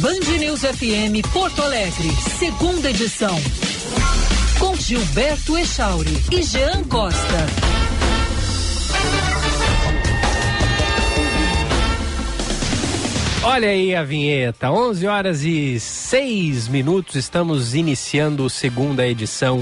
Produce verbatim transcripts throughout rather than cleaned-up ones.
Band News F M Porto Alegre, segunda edição. Com Gilberto Echauri e Jean Costa. Olha aí a vinheta, onze horas e seis minutos, estamos iniciando a segunda edição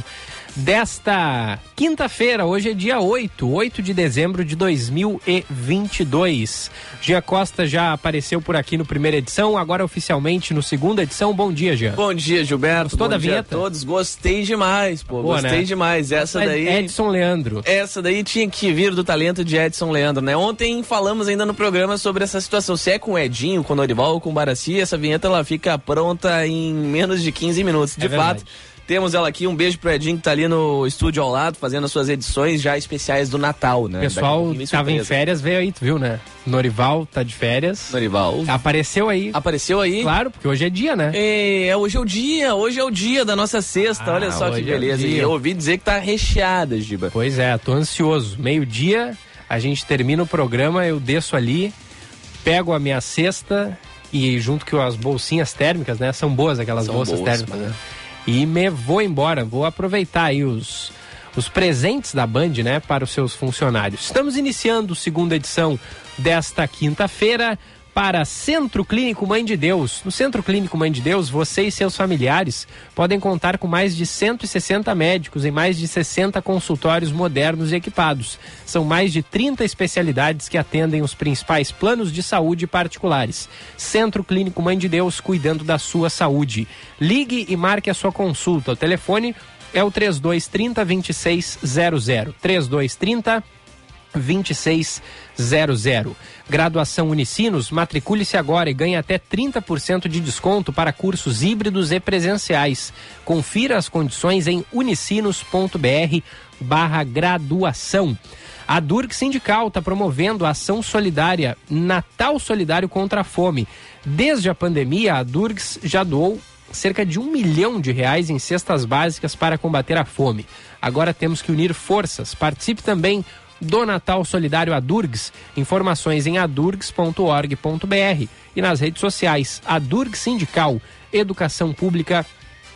desta quinta-feira. Hoje é dia oito, oito de dezembro de dois mil e vinte e dois. Jean Costa já apareceu por aqui no primeira edição, agora oficialmente no segunda edição. Bom dia, Jean. Bom dia, Gilberto. Gostou Bom da dia vinheta? a todos. Gostei demais, pô. Boa, Gostei né? demais. Essa daí... Edson Leandro. Essa daí tinha que vir do talento de Edson Leandro, né? Ontem falamos ainda no programa sobre essa situação. Se é com o Edinho, com o Norival ou com o Baraci, essa vinheta ela fica pronta em menos de quinze minutos. De é fato... Temos ela aqui, um beijo pro Edinho que tá ali no estúdio ao lado, fazendo as suas edições já especiais do Natal, né? O pessoal tava em férias, veio aí, tu viu, né? Norival tá de férias. Norival. Apareceu aí. Apareceu aí? Claro, porque hoje é dia, né? É, hoje é o dia, hoje é o dia da nossa sexta, Ah, olha só que beleza. É e eu ouvi dizer que tá recheada, Giba. Pois é, tô ansioso. Meio-dia, a gente termina o programa, eu desço ali, pego a minha cesta e junto com as bolsinhas térmicas, né? São boas aquelas São bolsas boas, térmicas, né? né? E me vou embora, vou aproveitar aí os, os presentes da Band, né, para os seus funcionários. Estamos iniciando a segunda edição desta quinta-feira para Centro Clínico Mãe de Deus. No Centro Clínico Mãe de Deus, você e seus familiares podem contar com mais de cento e sessenta médicos em mais de sessenta consultórios modernos e equipados. São mais de trinta especialidades que atendem os principais planos de saúde particulares. Centro Clínico Mãe de Deus, cuidando da sua saúde. Ligue e marque a sua consulta. O telefone é o três dois três zero, dois seis zero zero. três dois três zero, dois seis zero zero. Graduação Unicinos, matricule-se agora e ganhe até trinta por cento de desconto para cursos híbridos e presenciais. Confira as condições em unicinos.br barra graduação. A Durg Sindical está promovendo a ação solidária Natal Solidário contra a Fome. Desde a pandemia, a Durgs já doou cerca de um milhão de reais em cestas básicas para combater a fome. Agora temos que unir forças. Participe também do Natal Solidário Adurgs. Informações em adurgs ponto org ponto br e nas redes sociais. Adurg Sindical, educação pública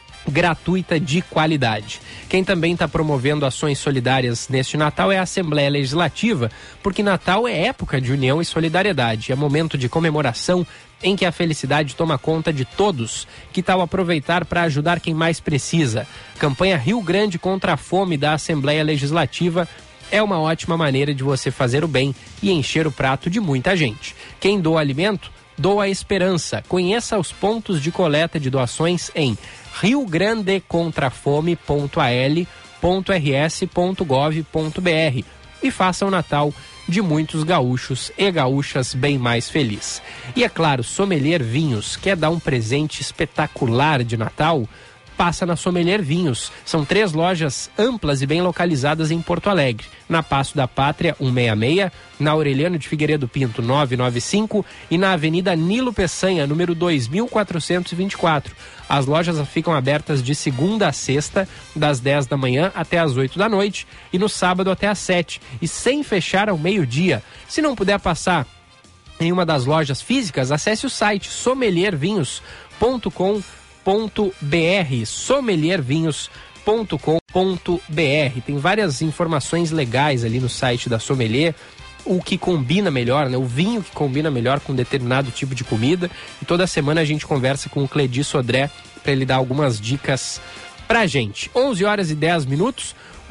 gratuita de qualidade. Quem também está promovendo ações solidárias neste Natal é a Assembleia Legislativa, porque Natal é época de união e solidariedade. É momento de comemoração em que a felicidade toma conta de todos. Que tal aproveitar para ajudar quem mais precisa? Campanha Rio Grande contra a Fome da Assembleia Legislativa é uma ótima maneira de você fazer o bem e encher o prato de muita gente. Quem doa alimento, doa esperança. Conheça os pontos de coleta de doações em rio grande contra fome ponto a l ponto r s ponto gov ponto b r e faça o Natal de muitos gaúchos e gaúchas bem mais feliz. E é claro, Sommelier Vinhos, quer dar um presente espetacular de Natal? Passa na Sommelier Vinhos. São três lojas amplas e bem localizadas em Porto Alegre. Na Paço da Pátria, cento e sessenta e seis, na Aureliano de Figueiredo Pinto, novecentos e noventa e cinco e na Avenida Nilo Peçanha, número dois mil quatrocentos e vinte e quatro. As lojas ficam abertas de segunda a sexta, das dez da manhã até as oito da noite e no sábado até as sete, e sem fechar ao meio-dia. Se não puder passar em uma das lojas físicas, acesse o site sommelier vinhos ponto com ponto br, sommelier vinhos ponto com ponto br. Tem várias informações legais ali no site da Sommelier, o que combina melhor, né? O vinho que combina melhor com determinado tipo de comida. E toda semana a gente conversa com o Cledi Sodré para ele dar algumas dicas pra gente. onze horas e dez minutos.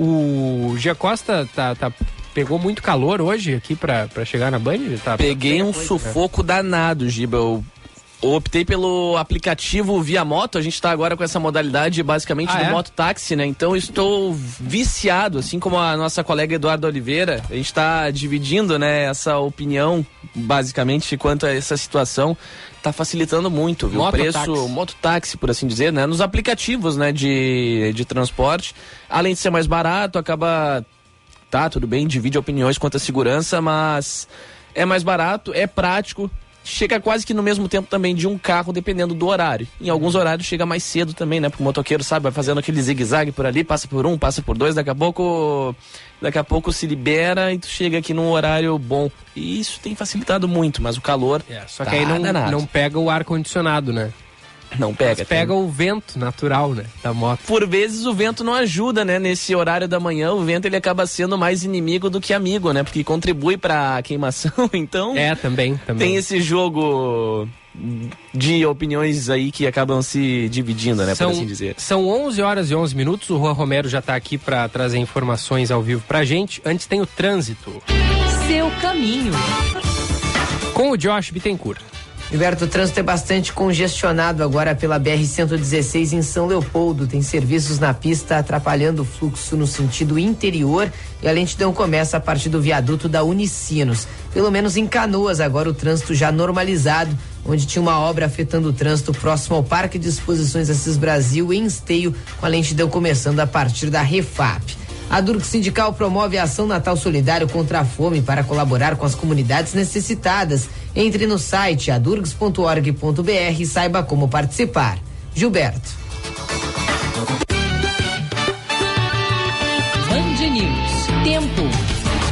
O Gia Costa tá, tá, pegou muito calor hoje aqui pra, pra chegar na Band? Tá, Peguei um coisa, sufoco né? danado, Giba. Eu optei pelo aplicativo Via Moto. A gente tá agora com essa modalidade basicamente ah, do é? mototáxi, né? Então estou viciado, assim como a nossa colega Eduardo Oliveira. A gente tá dividindo, né, essa opinião, basicamente, quanto a essa situação. Tá facilitando muito, viu? O preço, mototáxi, por assim dizer, né? Nos aplicativos, né, de, de transporte. Além de ser mais barato, acaba... Tá, tudo bem, divide opiniões quanto à segurança, mas é mais barato, é prático. Chega quase que no mesmo tempo também de um carro, dependendo do horário. Em alguns horários chega mais cedo também, né? Porque o motoqueiro, sabe, vai fazendo aquele zigue-zague por ali, passa por um, passa por dois, daqui a pouco daqui a pouco se libera e tu chega aqui num horário bom. E isso tem facilitado muito, mas o calor é, só tá que aí não, danado. não pega o ar-condicionado, né? Não pega. Mas pega tem... o vento natural, né, da moto. Por vezes o vento não ajuda, né? Nesse horário da manhã, o vento ele acaba sendo mais inimigo do que amigo, né? Porque contribui pra queimação, então... É, também, também. Tem esse jogo de opiniões aí que acabam se dividindo, né? São, por assim dizer. São onze horas e onze minutos, o Juan Romero já tá aqui pra trazer informações ao vivo pra gente. Antes tem o trânsito. Seu caminho. Com o Josh Bittencourt. Gilberto, o trânsito é bastante congestionado agora pela B R cento e dezesseis em São Leopoldo. Tem serviços na pista atrapalhando o fluxo no sentido interior e a lentidão começa a partir do viaduto da Unicinos. Pelo menos em Canoas agora o trânsito já normalizado, onde tinha uma obra afetando o trânsito próximo ao Parque de Exposições Assis Brasil em Esteio, com a lentidão começando a partir da Refap. A Durg Sindical promove a ação Natal Solidário contra a fome para colaborar com as comunidades necessitadas. Entre no site adurgs ponto org ponto br e saiba como participar. Gilberto. Band News. Tempo.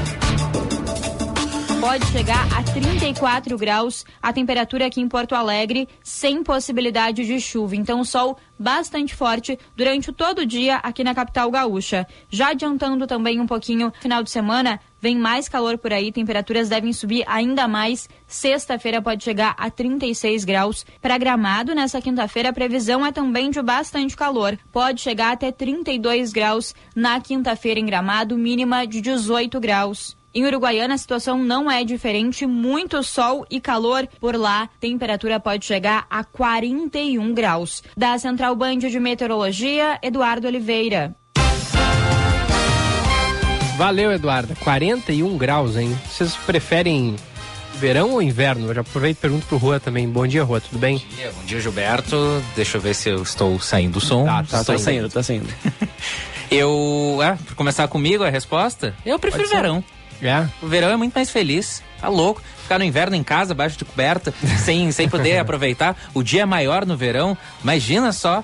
Pode chegar a trinta e quatro graus a temperatura aqui em Porto Alegre, sem possibilidade de chuva. Então, sol bastante forte durante todo o dia aqui na capital gaúcha. Já adiantando também um pouquinho, final de semana, vem mais calor por aí, temperaturas devem subir ainda mais. Sexta-feira pode chegar a trinta e seis graus. Para Gramado, nessa quinta-feira, a previsão é também de bastante calor. Pode chegar até trinta e dois graus na quinta-feira em Gramado, mínima de dezoito graus. Em Uruguaiana, a situação não é diferente, muito sol e calor por lá. Temperatura pode chegar a quarenta e um graus. Da Central Band de Meteorologia, Eduardo Oliveira. Valeu, Eduardo. quarenta e um graus, hein? Vocês preferem verão ou inverno? Eu já aproveito e pergunto pro Rua também. Bom dia, Rua, tudo bem? Bom dia, bom dia, Gilberto. Deixa eu ver se eu estou saindo do som. Tá, tá, estou tá saindo, tá saindo. Eu, ah, pra começar comigo a resposta, eu prefiro verão. É. O verão é muito mais feliz, tá louco. Ficar no inverno em casa, abaixo de coberta, sem, sem poder aproveitar. O dia é maior no verão, imagina só.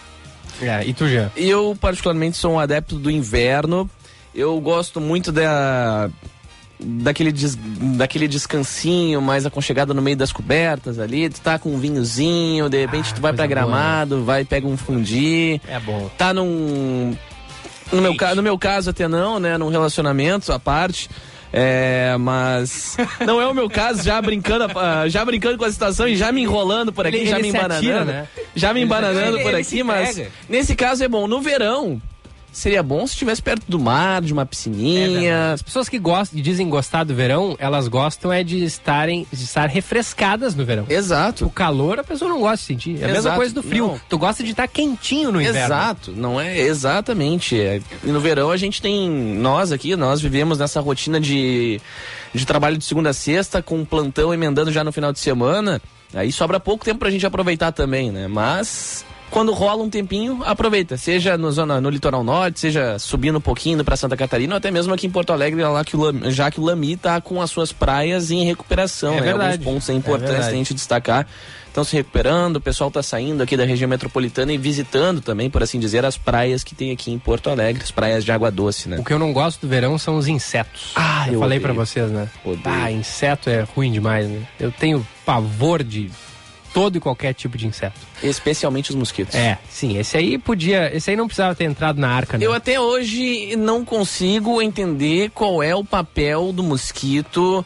É, e tu, Jean? Eu, particularmente, sou um adepto do inverno. Eu gosto muito da... Daquele, des, daquele descansinho mais aconchegado no meio das cobertas ali. Tu tá com um vinhozinho, de repente ah, tu vai pra Gramado, boa, né? Vai, pega um fundi. É bom. Tá num... No meu, no meu caso até não, né? Num relacionamento à parte. É, mas não é o meu caso, já brincando, já brincando com a situação e já me enrolando por aqui, ele, já, ele me embananando, atira, né? já me embananando ele, por ele aqui, mas nesse caso é bom. No verão, seria bom se estivesse perto do mar, de uma piscininha. É, as pessoas que gostam, dizem gostar do verão, elas gostam é de estarem, de estar refrescadas no verão. Exato. O calor a pessoa não gosta de sentir. É a Exato. mesma coisa do frio. Não. Tu gosta de estar quentinho no inverno. Exato. Não é exatamente. É. E no verão a gente tem, nós aqui, nós vivemos nessa rotina de, de trabalho de segunda a sexta, com plantão emendando já no final de semana. Aí sobra pouco tempo pra gente aproveitar também, né? Mas... quando rola um tempinho, aproveita. Seja no, zona, no litoral norte, seja subindo um pouquinho para Santa Catarina, ou até mesmo aqui em Porto Alegre, lá que o, já que o Lami tá com as suas praias em recuperação. É né? verdade. Alguns pontos é importantes é a gente destacar. Estão se recuperando, o pessoal tá saindo aqui da região metropolitana e visitando também, por assim dizer, as praias que tem aqui em Porto Alegre, as praias de água doce, né? O que eu não gosto do verão são os insetos. Ah, eu, eu falei para vocês, né? Odeio. Ah, inseto é ruim demais, né? Eu tenho pavor de todo e qualquer tipo de inseto. Especialmente os mosquitos. É, sim, esse aí podia, esse aí não precisava ter entrado na arca, né? Eu até hoje não consigo entender qual é o papel do mosquito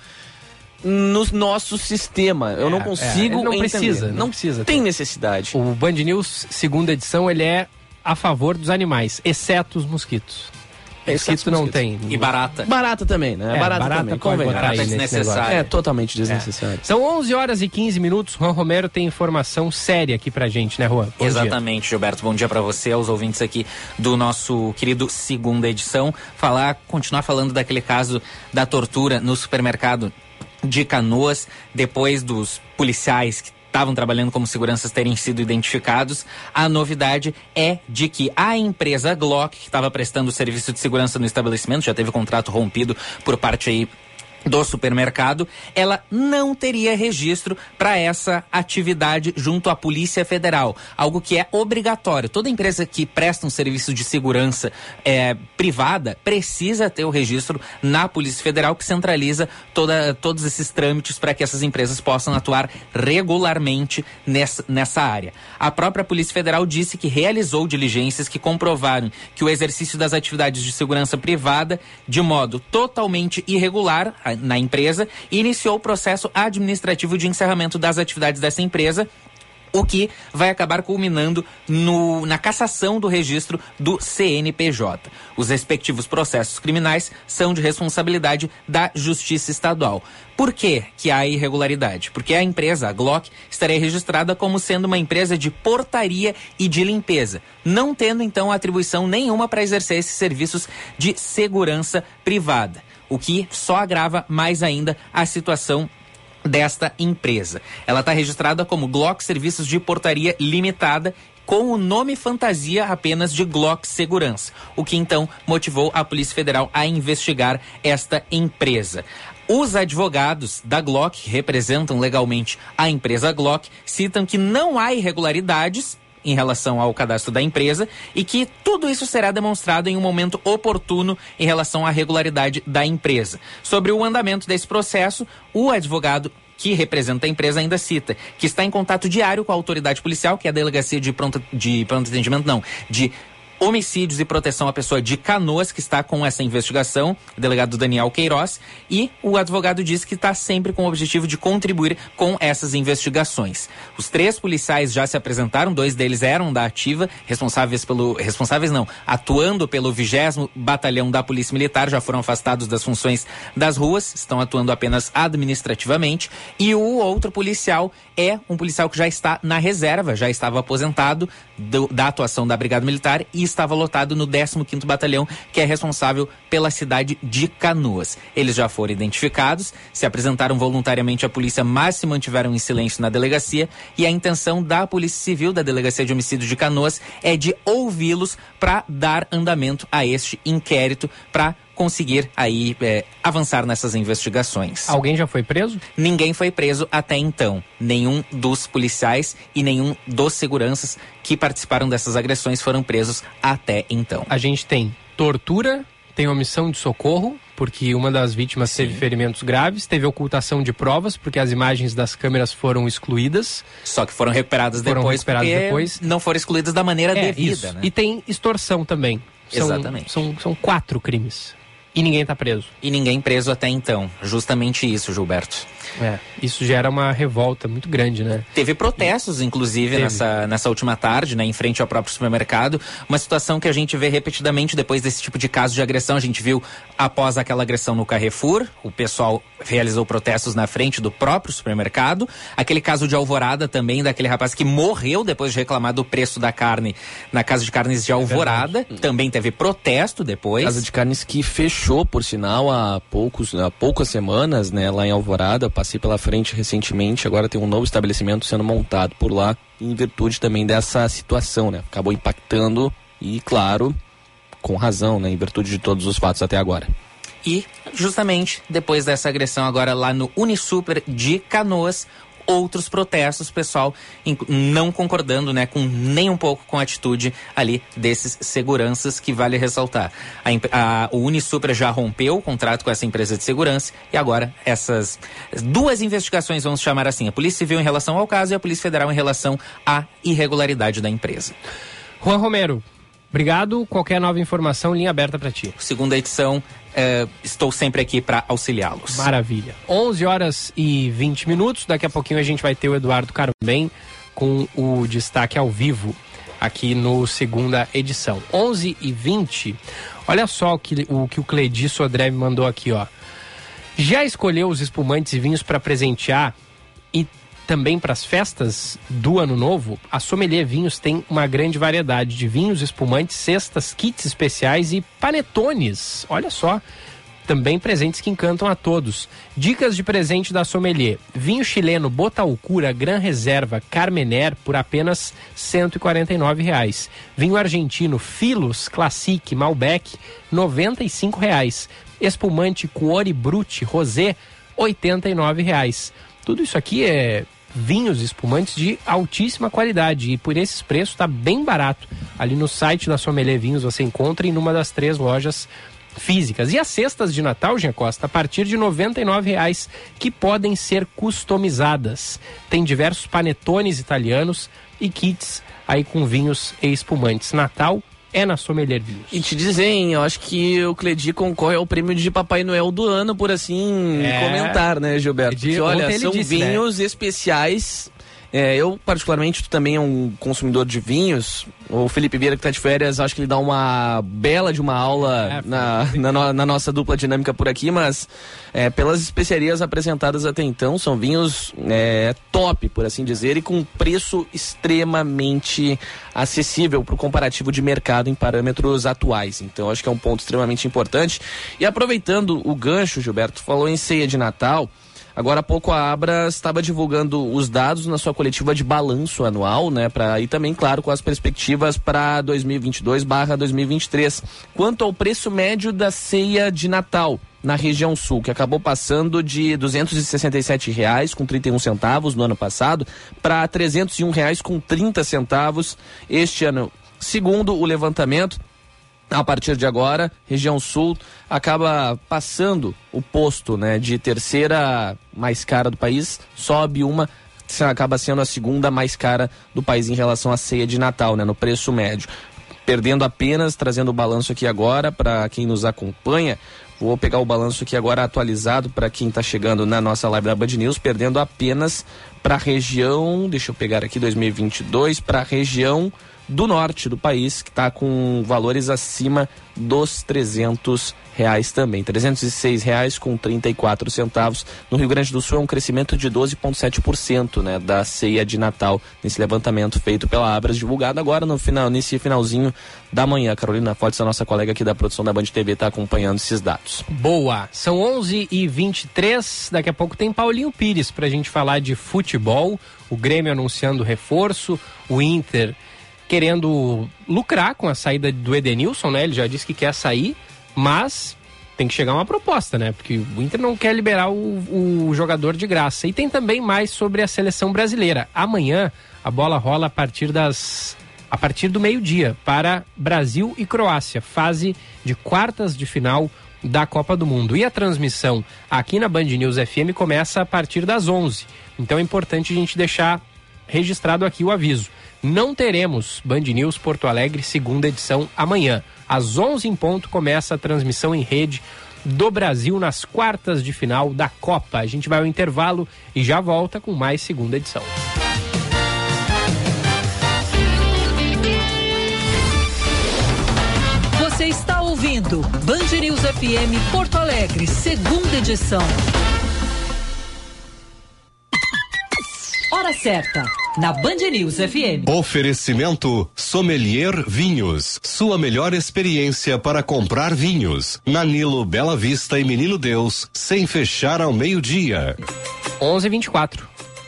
no nosso sistema. Eu é, não consigo é, não entender. Precisa, não, não precisa. Tem ter. necessidade. O Band News, segunda edição, ele é a favor dos animais, exceto os mosquitos. Mosquito não tem. E barata. Barata também, né? É, barata, barata também. pode botar barata aí é desnecessário. É totalmente desnecessário. É. São onze horas e quinze minutos. Juan Romero tem informação séria aqui pra gente, né, Juan? Bom Exatamente, dia. Gilberto. Bom dia pra você, aos ouvintes aqui do nosso querido segunda edição. Falar, continuar falando daquele caso da tortura no supermercado de Canoas, depois dos policiais que estavam trabalhando como seguranças terem sido identificados. A novidade é de que a empresa Glock, que estava prestando serviço de segurança no estabelecimento, já teve contrato rompido por parte aí do supermercado, ela não teria registro para essa atividade junto à Polícia Federal, algo que é obrigatório. Toda empresa que presta um serviço de segurança é, privada precisa ter o registro na Polícia Federal, que centraliza toda, todos esses trâmites para que essas empresas possam atuar regularmente nessa, nessa área. A própria Polícia Federal disse que realizou diligências que comprovaram que o exercício das atividades de segurança privada, de modo totalmente irregular na empresa, e iniciou o processo administrativo de encerramento das atividades dessa empresa, o que vai acabar culminando no, na cassação do registro do C N P J. Os respectivos processos criminais são de responsabilidade da Justiça Estadual. Por que que há irregularidade? Porque a empresa, a Glock, estaria registrada como sendo uma empresa de portaria e de limpeza, não tendo então atribuição nenhuma para exercer esses serviços de segurança privada, o que só agrava mais ainda a situação desta empresa. Ela está registrada como Glock Serviços de Portaria Limitada, com o nome fantasia apenas de Glock Segurança, o que então motivou a Polícia Federal a investigar esta empresa. Os advogados da Glock, que representam legalmente a empresa Glock, citam que não há irregularidades em relação ao cadastro da empresa e que tudo isso será demonstrado em um momento oportuno em relação à regularidade da empresa. Sobre o andamento desse processo, o advogado que representa a empresa ainda cita que está em contato diário com a autoridade policial, que é a Delegacia de Pronto, de pronto Atendimento, não, de Homicídios e Proteção à Pessoa de Canoas, que está com essa investigação, o delegado Daniel Queiroz, e o advogado diz que está sempre com o objetivo de contribuir com essas investigações. Os três policiais já se apresentaram, dois deles eram da ativa, responsáveis pelo, responsáveis não, atuando pelo vigésimo Batalhão da Polícia Militar, já foram afastados das funções das ruas, estão atuando apenas administrativamente, e o outro policial é um policial que já está na reserva, já estava aposentado do, da atuação da Brigada Militar e estava lotado no décimo quinto Batalhão, que é responsável pela cidade de Canoas. Eles já foram identificados, se apresentaram voluntariamente à polícia, mas se mantiveram em silêncio na delegacia, e a intenção da Polícia Civil da Delegacia de Homicídio de Canoas é de ouvi-los para dar andamento a este inquérito, para conseguir aí é, avançar nessas investigações. Alguém já foi preso? Ninguém foi preso até então. Nenhum dos policiais e nenhum dos seguranças que participaram dessas agressões foram presos até então. A gente tem tortura, tem omissão de socorro, porque uma das vítimas Sim. teve ferimentos graves, teve ocultação de provas, porque as imagens das câmeras foram excluídas. Só que foram recuperadas foram depois, recuperadas porque depois. não foram excluídas da maneira é, devida. Isso. Né? E tem extorsão também. São, Exatamente. São, são quatro crimes. E ninguém tá preso. E ninguém preso até então. Justamente isso, Gilberto. É, isso gera uma revolta muito grande, né? Teve protestos, inclusive, Teve. Nessa, nessa última tarde, né, em frente ao próprio supermercado. Uma situação que a gente vê repetidamente depois desse tipo de caso de agressão. A gente viu após aquela agressão no Carrefour, o pessoal realizou protestos na frente do próprio supermercado. Aquele caso de Alvorada também, daquele rapaz que morreu depois de reclamar do preço da carne na Casa de Carnes de Alvorada. É também teve protesto depois. Casa de Carnes que fechou, por sinal, há, poucos, há poucas semanas, né, lá em Alvorada. Passei pela frente recentemente, agora tem um novo estabelecimento sendo montado por lá, em virtude também dessa situação, né? Acabou impactando e, claro, com razão, né? Em virtude de todos os fatos até agora. E, justamente, depois dessa agressão agora lá no Unisuper de Canoas, outros protestos, pessoal não concordando, né, com nem um pouco com a atitude ali desses seguranças, que vale ressaltar. A, a, o Unisuper já rompeu o contrato com essa empresa de segurança e agora essas duas investigações, vamos chamar assim, a Polícia Civil em relação ao caso e a Polícia Federal em relação à irregularidade da empresa. Juan Romero, obrigado. Qualquer nova informação, linha aberta para ti. Segunda edição, uh, estou sempre aqui para auxiliá-los. Maravilha. onze horas e vinte minutos. Daqui a pouquinho a gente vai ter o Eduardo Carmen com o destaque ao vivo aqui no segunda edição. onze e vinte. Olha só o que o, que o Cledi Sodré me mandou aqui, ó. Já escolheu os espumantes e vinhos para presentear e também para as festas do Ano Novo? A Sommelier Vinhos tem uma grande variedade de vinhos, espumantes, cestas, kits especiais e panetones. Olha só, também presentes que encantam a todos. Dicas de presente da Sommelier: vinho chileno Botaucura Gran Reserva Carmener por apenas cento e quarenta e nove reais. Vinho argentino Filos Classic Malbec noventa e cinco reais. Espumante Cuore Brut Rosé, oitenta e nove reais. Tudo isso aqui é vinhos espumantes de altíssima qualidade e por esses preços está bem barato. Ali no site da Sommelier Vinhos você encontra em uma das três lojas físicas. E as cestas de Natal, Jean Costa, a partir de noventa e nove reais, que podem ser customizadas. Tem diversos panetones italianos e kits aí com vinhos e espumantes. Natal é na Sommelier Vinhos. E te dizer, hein, eu acho que o Cledi concorre ao prêmio de Papai Noel do ano, por assim é... comentar, né, Gilberto? Porque, olha, são disse, vinhos né? especiais. É, eu, particularmente, tu também é um consumidor de vinhos. O Felipe Vieira, que tá de férias, acho que ele dá uma bela de uma aula é, na, na, no, na nossa dupla dinâmica por aqui, mas é, pelas especiarias apresentadas até então, são vinhos é, top, por assim dizer, e com preço extremamente acessível para o comparativo de mercado em parâmetros atuais. Então, acho que é um ponto extremamente importante. E aproveitando o gancho, Gilberto, tu falou em ceia de Natal. Agora há pouco a Abra estava divulgando os dados na sua coletiva de balanço anual, né? Pra, e também, claro, com as perspectivas para dois mil e vinte e dois barra dois mil e vinte e três. Quanto ao preço médio da ceia de Natal na região sul, que acabou passando de duzentos e sessenta e sete reais com trinta e um centavos no ano passado para trezentos e um reais com trinta centavos este ano. Segundo o levantamento, a partir de agora, região sul acaba passando o posto, né, de terceira mais cara do país, sobe uma, acaba sendo a segunda mais cara do país em relação à ceia de Natal, né, no preço médio. Perdendo apenas, trazendo o balanço aqui agora para quem nos acompanha, vou pegar o balanço aqui agora atualizado para quem está chegando na nossa live da Band News, perdendo apenas para a região, deixa eu pegar aqui dois mil e vinte e dois, para a região do norte do país, que está com valores acima dos trezentos reais também, trezentos e seis reais com trinta e quatro centavos. No Rio Grande do Sul é um crescimento de doze vírgula sete por cento, né, da ceia de Natal, nesse levantamento feito pela Abras, divulgado agora no final, nesse finalzinho da manhã. Carolina Fortes, a nossa colega aqui da produção da Band T V, está acompanhando esses dados. Boa, são onze e vinte e três, daqui a pouco tem Paulinho Pires pra gente falar de futebol, o Grêmio anunciando reforço, o Inter querendo lucrar com a saída do Edenilson, né? Ele já disse que quer sair, mas tem que chegar uma proposta, né? Porque o Inter não quer liberar o, o jogador de graça. E tem também mais sobre a seleção brasileira. Amanhã a bola rola a partir das a partir do meio-dia para Brasil e Croácia, fase de quartas de final da Copa do Mundo. E a transmissão aqui na Band News F M começa a partir das onze. Então é importante a gente deixar registrado aqui o aviso. Não teremos Band News Porto Alegre segunda edição amanhã. Às onze em ponto começa a transmissão em rede do Brasil nas quartas de final da Copa. A gente vai ao intervalo e já volta com mais segunda edição. Você está ouvindo Band News F M Porto Alegre, segunda edição. Hora certa, na Band News F M. Oferecimento Sommelier Vinhos. Sua melhor experiência para comprar vinhos. Na Nilo, Bela Vista e Menino Deus, sem fechar ao meio-dia. onze e vinte e quatro.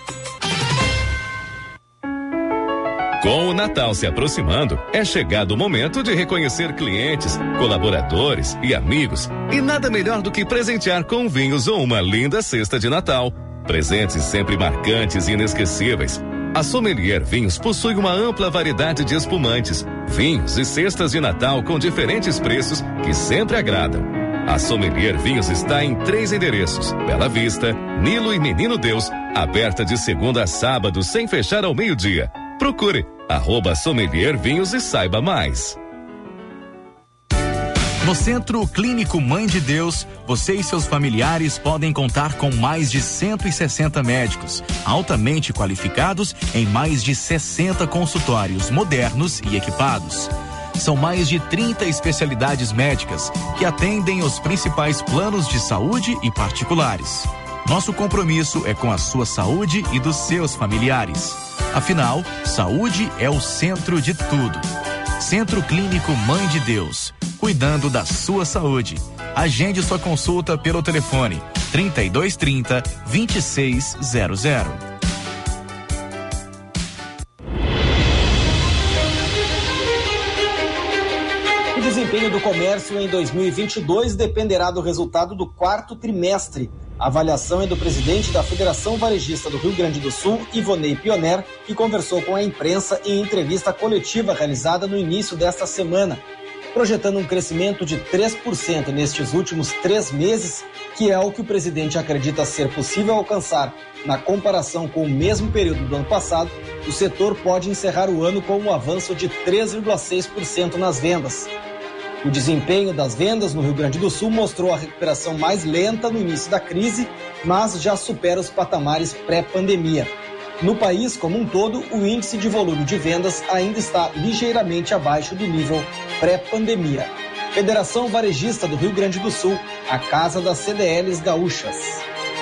Com o Natal se aproximando, é chegado o momento de reconhecer clientes, colaboradores e amigos. E nada melhor do que presentear com vinhos ou uma linda cesta de Natal. Presentes sempre marcantes e inesquecíveis. A Sommelier Vinhos possui uma ampla variedade de espumantes, vinhos e cestas de Natal com diferentes preços que sempre agradam. A Sommelier Vinhos está em três endereços: Bela Vista, Nilo e Menino Deus, aberta de segunda a sábado sem fechar ao meio-dia. Procure arroba Sommelier Vinhos e saiba mais. No Centro Clínico Mãe de Deus, você e seus familiares podem contar com mais de cento e sessenta médicos, altamente qualificados em mais de sessenta consultórios modernos e equipados. São mais de trinta especialidades médicas que atendem os principais planos de saúde e particulares. Nosso compromisso é com a sua saúde e dos seus familiares. Afinal, saúde é o centro de tudo. Centro Clínico Mãe de Deus, cuidando da sua saúde. Agende sua consulta pelo telefone trinta e dois trinta, vinte e seis zero zero. O desempenho desempenho do comércio em dois mil e vinte e dois dependerá do resultado do quarto trimestre. A avaliação é do presidente da Federação Varejista do Rio Grande do Sul, Ivonei Pioner, que conversou com a imprensa em entrevista coletiva realizada no início desta semana, projetando um crescimento de três por cento nestes últimos três meses, que é o que o presidente acredita ser possível alcançar. Na comparação com o mesmo período do ano passado, o setor pode encerrar o ano com um avanço de três vírgula seis por cento nas vendas. O desempenho das vendas no Rio Grande do Sul mostrou a recuperação mais lenta no início da crise, mas já supera os patamares pré-pandemia. No país como um todo, o índice de volume de vendas ainda está ligeiramente abaixo do nível pré-pandemia. Federação Varejista do Rio Grande do Sul, a casa das C D Ls gaúchas.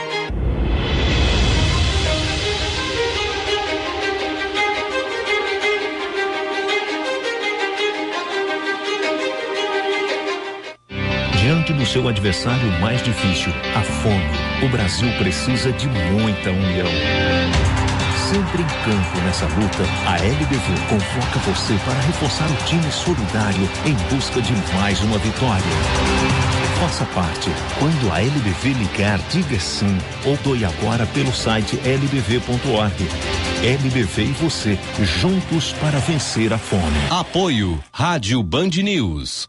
Diante do seu adversário mais difícil, a fome, o Brasil precisa de muita união. Sempre em campo nessa luta, a L B V convoca você para reforçar o time solidário em busca de mais uma vitória. Faça parte. Quando a L B V ligar, diga sim ou doe agora pelo site l b v ponto org. L B V e você, juntos para vencer a fome. Apoio Rádio Band News.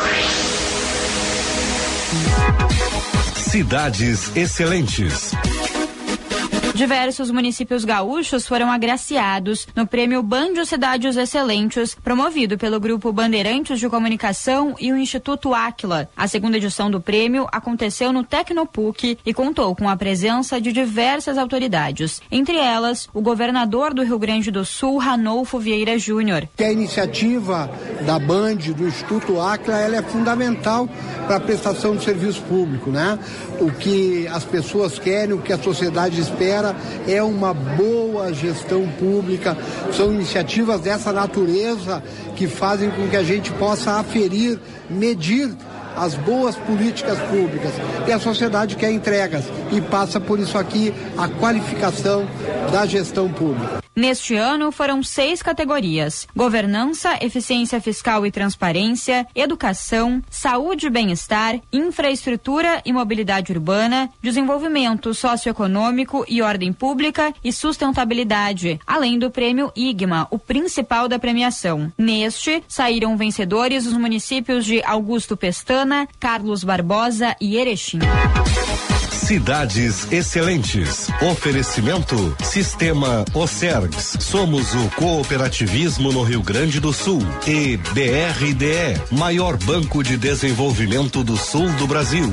Cidades Excelentes. Diversos municípios gaúchos foram agraciados no prêmio Band Cidades Excelentes, promovido pelo Grupo Bandeirantes de Comunicação e o Instituto Áquila. A segunda edição do prêmio aconteceu no Tecnopuc e contou com a presença de diversas autoridades, entre elas o governador do Rio Grande do Sul, Ranolfo Vieira Júnior. A iniciativa da Band, do Instituto Áquila, ela é fundamental para a prestação de serviço público, né? O que as pessoas querem, o que a sociedade espera é uma boa gestão pública. São iniciativas dessa natureza que fazem com que a gente possa aferir, medir as boas políticas públicas. E a sociedade quer entregas e passa por isso aqui a qualificação da gestão pública. Neste ano foram seis categorias: governança, eficiência fiscal e transparência, educação, saúde e bem-estar, infraestrutura e mobilidade urbana, desenvolvimento socioeconômico e ordem pública e sustentabilidade, além do prêmio I G M A, o principal da premiação. Neste, saíram vencedores os municípios de Augusto Pestana, Carlos Barbosa e Erechim. Cidades Excelentes. Oferecimento Sistema Ocergs. Somos o cooperativismo no Rio Grande do Sul. E B R D E, maior banco de desenvolvimento do sul do Brasil.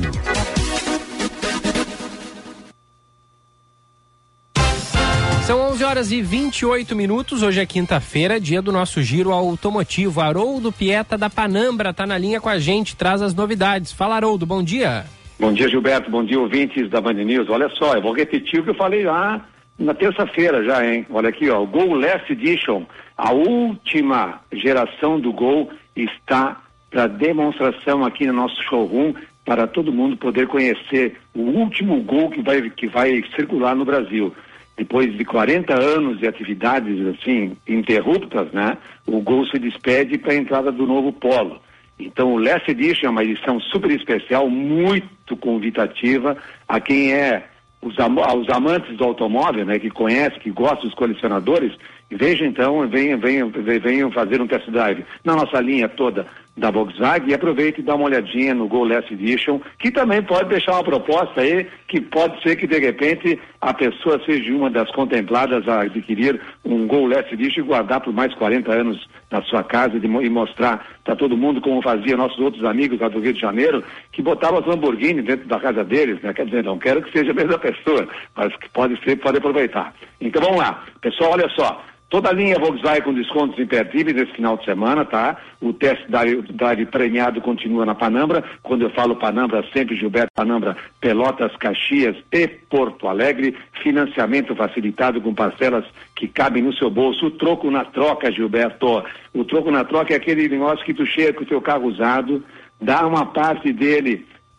São onze horas e vinte e oito minutos, hoje é quinta-feira, dia do nosso giro automotivo. Haroldo Pieta da Panambra está na linha com a gente, traz as novidades. Fala, Haroldo, bom dia. Bom dia, Gilberto, bom dia, ouvintes da Band News. Olha só, eu vou repetir o que eu falei lá na terça-feira já, hein? Olha aqui, ó, o Gol Last Edition, a última geração do Gol está para demonstração aqui no nosso showroom, para todo mundo poder conhecer o último Gol que vai, que vai circular no Brasil. Depois de quarenta anos de atividades, assim, interruptas, né? O Gol se despede para a entrada do novo Polo. Então, o Last Edition é uma edição super especial, muito convidativa a quem é os, am os amantes do automóvel, né? Que conhece, que gosta dos colecionadores. Veja então, venham, venham, venham fazer um test drive na nossa linha toda da Volkswagen e aproveite e dá uma olhadinha no Gol Last Edition, que também pode deixar uma proposta aí, que pode ser que de repente a pessoa seja uma das contempladas a adquirir um Gol Last Edition e guardar por mais quarenta anos na sua casa de, e mostrar para todo mundo como fazia nossos outros amigos lá do Rio de Janeiro, que botavam as Lamborghini dentro da casa deles, né? Quer dizer, não quero que seja a mesma pessoa, mas que pode ser, pode aproveitar. Então vamos lá, pessoal, olha só. Toda a linha Volkswagen com descontos imperdíveis nesse final de semana, tá? O test drive premiado continua na Panambra. Quando eu falo Panambra, sempre Gilberto Panambra, Pelotas, Caxias e Porto Alegre. Financiamento facilitado com parcelas que cabem no seu bolso. O troco na troca, Gilberto. O troco na troca é aquele negócio que tu chega com o teu carro usado, dá uma parte dele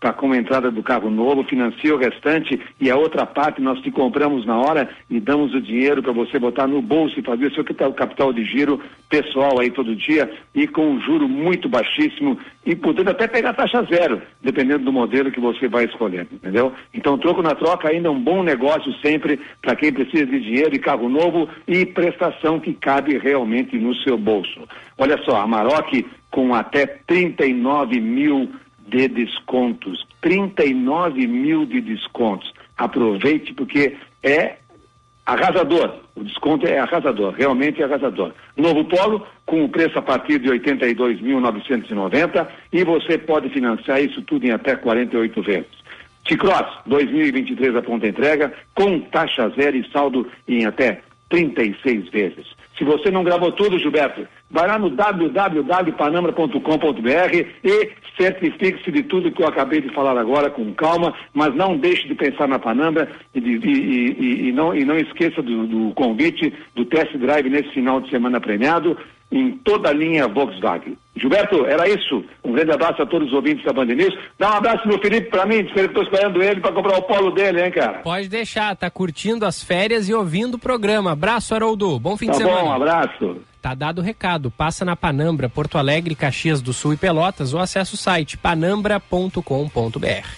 para com a entrada do carro novo, financia o restante e a outra parte nós te compramos na hora e damos o dinheiro para você botar no bolso e fazer o seu capital de giro pessoal aí todo dia e com um juro muito baixíssimo e podendo até pegar taxa zero, dependendo do modelo que você vai escolher, entendeu? Então, troco na troca ainda é um bom negócio sempre para quem precisa de dinheiro e carro novo e prestação que cabe realmente no seu bolso. Olha só, a Maroc com até trinta e nove mil de descontos, trinta e nove mil de descontos. Aproveite porque é arrasador, o desconto é arrasador, realmente é arrasador. Novo Polo com o preço a partir de oitenta e dois mil novecentos e noventa e você pode financiar isso tudo em até quarenta e oito vezes. T-Cross dois mil e vinte e três a pronta entrega com taxa zero e saldo em até trinta e seis vezes. Se você não gravou tudo, Gilberto, vai lá no w w w ponto panambra ponto com ponto b r e certifique-se de tudo que eu acabei de falar agora com calma, mas não deixe de pensar na Panambra e, de, e, e, e, não, e não esqueça do, do convite do test drive nesse final de semana premiado em toda a linha Volkswagen. Gilberto, era isso. Um grande abraço a todos os ouvintes da Band News. Dá um abraço no Felipe pra mim, diz que eu estou esperando ele para comprar o polo dele, hein, cara? Pode deixar, tá curtindo as férias e ouvindo o programa. Abraço, Haroldo. Bom fim tá de semana. Tá bom, um abraço. Tá dado o recado. Passa na Panambra, Porto Alegre, Caxias do Sul e Pelotas ou acessa o site panambra ponto com ponto b r.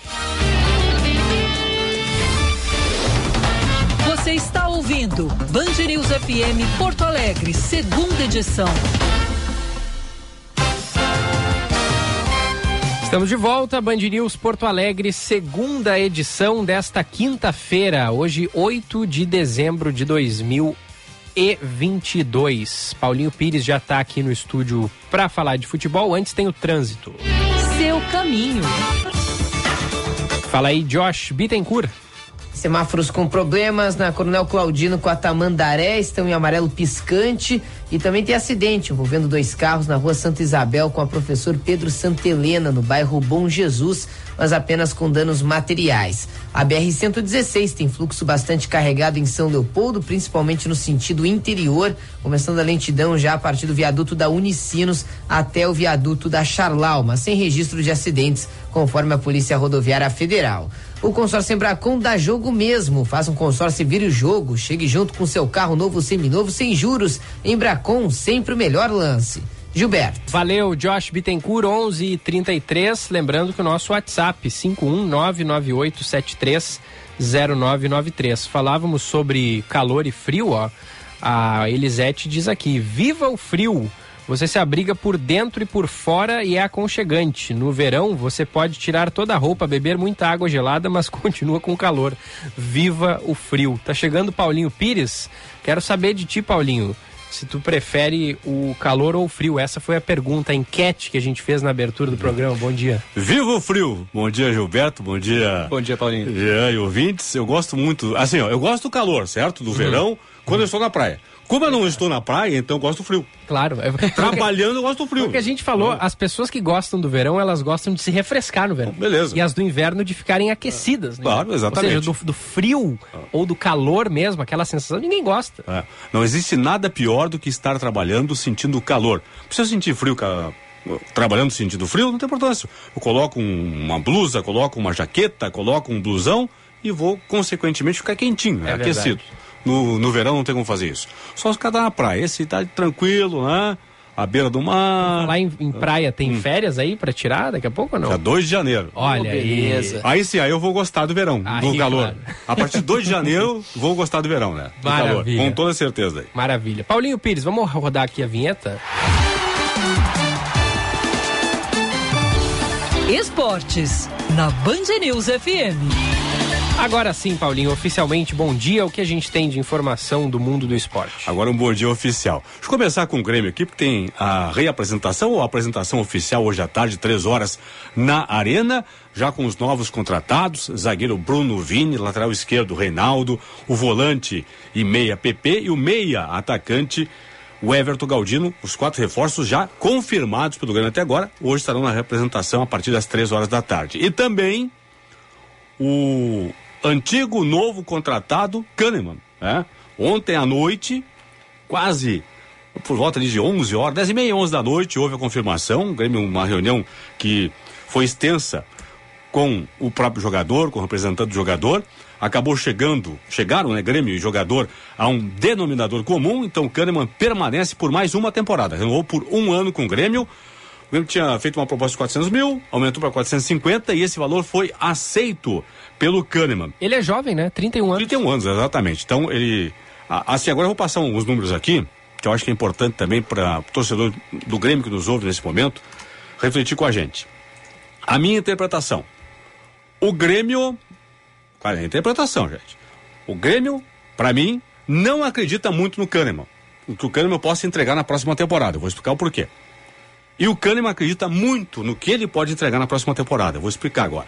Você está ouvindo Band News F M Porto Alegre, segunda edição. Estamos de volta, Band News Porto Alegre, segunda edição desta quinta-feira, hoje oito de dezembro de dois mil e vinte e dois. Paulinho Pires já está aqui no estúdio para falar de futebol. Antes tem o trânsito. Seu caminho. Fala aí, Josh Bittencourt. Semáforos com problemas na Coronel Claudino com a Tamandaré, estão em amarelo piscante e também tem acidente envolvendo dois carros na rua Santa Isabel com a professor Pedro Santelena, no bairro Bom Jesus, mas apenas com danos materiais. A B R cento e dezesseis tem fluxo bastante carregado em São Leopoldo, principalmente no sentido interior, começando a lentidão já a partir do viaduto da Unicinos até o viaduto da Charlau, mas sem registro de acidentes, conforme a Polícia Rodoviária Federal. O consórcio Embracon dá jogo mesmo. Faça um consórcio e vire o jogo. Chegue junto com seu carro novo, seminovo, sem juros. Embracon, sempre o melhor lance. Gilberto. Valeu, Josh Bittencourt, onze e trinta e três. Lembrando que o nosso WhatsApp, cinco um nove nove oito sete três zero nove nove três. Falávamos sobre calor e frio, ó. A Elisete diz aqui, viva o frio! Você se abriga por dentro e por fora e é aconchegante. No verão, você pode tirar toda a roupa, beber muita água gelada, mas continua com calor. Viva o frio. Tá chegando o Paulinho Pires. Quero saber de ti, Paulinho, se tu prefere o calor ou o frio. Essa foi a pergunta, a enquete que a gente fez na abertura do programa. Bom dia. Viva o frio. Bom dia, Gilberto. Bom dia. Bom dia, Paulinho. E aí, ouvintes. Eu gosto muito, assim, ó, eu gosto do calor, certo? Do uhum. verão, quando uhum. eu estou na praia. Como eu não estou na praia, então eu gosto do frio. Claro. É... Trabalhando, eu gosto do frio. Porque a gente falou, é. as pessoas que gostam do verão, elas gostam de se refrescar no verão. Beleza. E as do inverno de ficarem aquecidas. Né? Claro, exatamente. Ou seja, do, do frio ah. ou do calor mesmo, aquela sensação, ninguém gosta. É. Não existe nada pior do que estar trabalhando sentindo calor. Se eu sentir frio, cara, trabalhando sentindo frio, não tem importância. Eu coloco um, uma blusa, coloco uma jaqueta, coloco um blusão e vou, consequentemente, ficar quentinho, né? é aquecido. No, no verão não tem como fazer isso. Só ficar na praia. Esse tá tranquilo, né? À beira do mar. Lá em, em praia tem hum. férias aí pra tirar daqui a pouco ou não? Dia dois de janeiro. Olha, oh, beleza. Aí sim, aí eu vou gostar do verão, aí, do calor. Claro. A partir de dois de janeiro, vou gostar do verão, né? Do Maravilha. calor, com toda certeza aí. Maravilha. Paulinho Pires, vamos rodar aqui a vinheta? Esportes, na Band News F M. Agora sim, Paulinho, oficialmente, bom dia. O que a gente tem de informação do mundo do esporte? Agora um bom dia oficial. Deixa eu começar com o Grêmio aqui, porque tem a reapresentação ou a apresentação oficial hoje à tarde, três horas, na Arena, já com os novos contratados, zagueiro Bruno Vini, lateral esquerdo Reinaldo, o volante e meia P P e o meia atacante o Everton Galdino, os quatro reforços já confirmados pelo Grêmio até agora, hoje estarão na representação a partir das três horas da tarde. E também o antigo novo contratado Kahneman, né? Ontem à noite, quase por volta de onze horas, dez e meia, onze da noite, houve a confirmação. O Grêmio, uma reunião que foi extensa com o próprio jogador, com o representante do jogador, acabou chegando, chegaram, né, Grêmio e jogador, a um denominador comum, então o Kahneman permanece por mais uma temporada, renovou por um ano com o Grêmio. O Grêmio tinha feito uma proposta de quatrocentos mil, aumentou para quatrocentos e cinquenta e esse valor foi aceito pelo Kahneman. Ele é jovem, né? trinta e um anos. trinta e um anos, exatamente. Então ele, assim, agora eu vou passar uns números aqui, que eu acho que é importante também para o torcedor do Grêmio que nos ouve nesse momento, refletir com a gente. A minha interpretação, o Grêmio, cara, é interpretação, gente. O Grêmio, para mim, não acredita muito no Kahneman, o que o Kahneman possa entregar na próxima temporada. Eu vou explicar o porquê. E o Kahneman acredita muito no que ele pode entregar na próxima temporada. Eu vou explicar agora.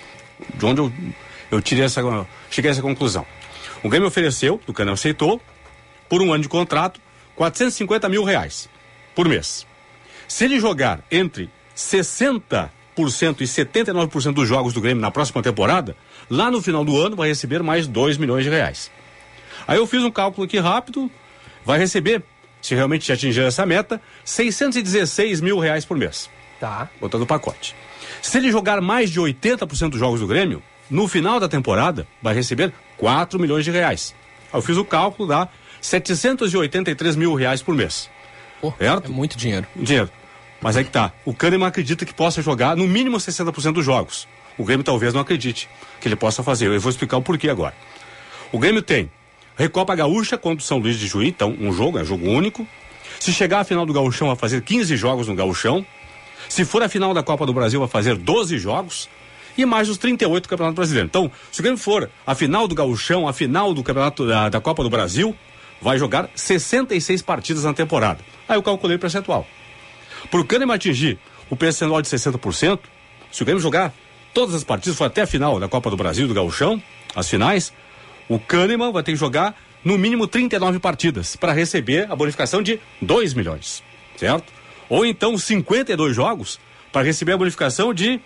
De onde eu, eu tirei essa, cheguei a essa conclusão. O Grêmio ofereceu, o Kahneman aceitou, por um ano de contrato, quatrocentos e cinquenta mil reais por mês. Se ele jogar entre sessenta por cento e setenta e nove por cento dos jogos do Grêmio na próxima temporada, lá no final do ano vai receber mais dois milhões de reais. Aí eu fiz um cálculo aqui rápido, vai receber, se realmente atingir essa meta, seiscentos e dezesseis mil reais por mês. Tá. Botando o pacote. Se ele jogar mais de oitenta por cento dos jogos do Grêmio, no final da temporada, vai receber quatro milhões de reais. Aí eu fiz o cálculo, dá setecentos e oitenta e três mil reais por mês. Pô, certo? É muito dinheiro. Dinheiro. Mas aí que tá. O Kahneman acredita que possa jogar no mínimo sessenta por cento dos jogos. O Grêmio talvez não acredite que ele possa fazer. Eu vou explicar o porquê agora. O Grêmio tem Recopa Gaúcha contra o São Luís de Juí, então um jogo, é jogo único. Se chegar à final do Gauchão, vai fazer quinze jogos no Gauchão. Se for a final da Copa do Brasil, vai fazer doze jogos. E mais os trinta e oito do Campeonato Brasileiro. Então, se o Grêmio for a final do Gauchão, a final do Campeonato da, da Copa do Brasil, vai jogar sessenta e seis partidas na temporada. Aí eu calculei o percentual. Para o Kahneman atingir o percentual de sessenta por cento, se o Grêmio jogar todas as partidas, for até a final da Copa do Brasil, do Gauchão, as finais, o Kahneman vai ter que jogar no mínimo trinta e nove partidas para receber a bonificação de dois milhões, certo? Ou então cinquenta e dois jogos para receber a bonificação de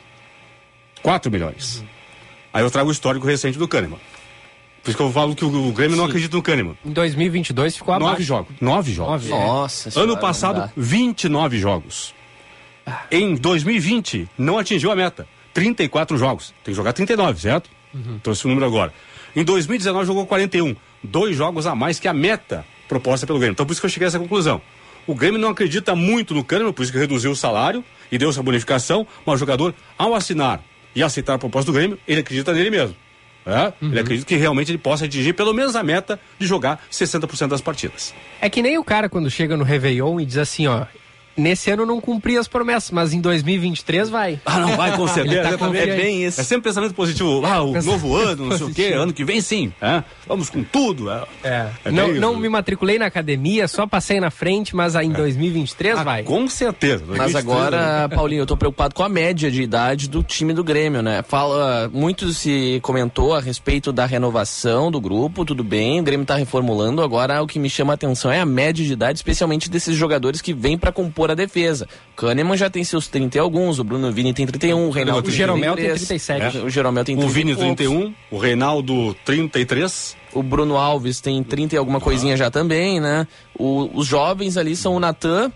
quatro milhões. Uhum. Aí eu trago o histórico recente do Kahneman. Por isso que eu falo que o Grêmio Sim. não acredita no Kahneman. Em dois mil e vinte e dois ficou abaixo. Nove jogos. Nove jogos. Nove, Nossa é. senhora, Ano passado, vinte e nove jogos. Ah. Em dois mil e vinte, não atingiu a meta. trinta e quatro jogos. Tem que jogar trinta e nove, certo? Uhum. Então esse número agora. Em dois mil e dezenove jogou quarenta e um. Dois jogos a mais que a meta proposta pelo Grêmio. Então por isso que eu cheguei a essa conclusão. O Grêmio não acredita muito no Kahneman, por isso que reduziu o salário e deu essa bonificação, mas o jogador, ao assinar e aceitar a proposta do Grêmio, ele acredita nele mesmo. É? Uhum. Ele acredita que realmente ele possa atingir pelo menos a meta de jogar sessenta por cento das partidas. É que nem o cara quando chega no Réveillon e diz assim, ó, nesse ano não cumpri as promessas, mas em dois mil e vinte e três vai. Ah, não vai, com certeza. Tá é bem isso. É sempre pensamento positivo. Ah, o pensamento novo ano, não sei o quê, ano que vem sim. É? Vamos com tudo. É. É. É não, não me matriculei na academia, só passei na frente, mas aí em é. dois mil e vinte e três ah, vai. Com certeza. Mas agora, Paulinho, eu tô preocupado com a média de idade do time do Grêmio, né? Fala, muito se comentou a respeito da renovação do grupo, tudo bem, o Grêmio tá reformulando, agora o que me chama a atenção é a média de idade, especialmente desses jogadores que vêm pra compor a defesa. O Kahneman já tem seus trinta e alguns, o Bruno Vini tem trinta e um, o Reinaldo... O Jeromel tem trinta e sete. É. O Jeromel tem trinta O Vini trinta e um, o Reinaldo trinta e três. O Bruno Alves tem trinta e alguma coisinha ah. já também, né? O, os jovens ali são o Natan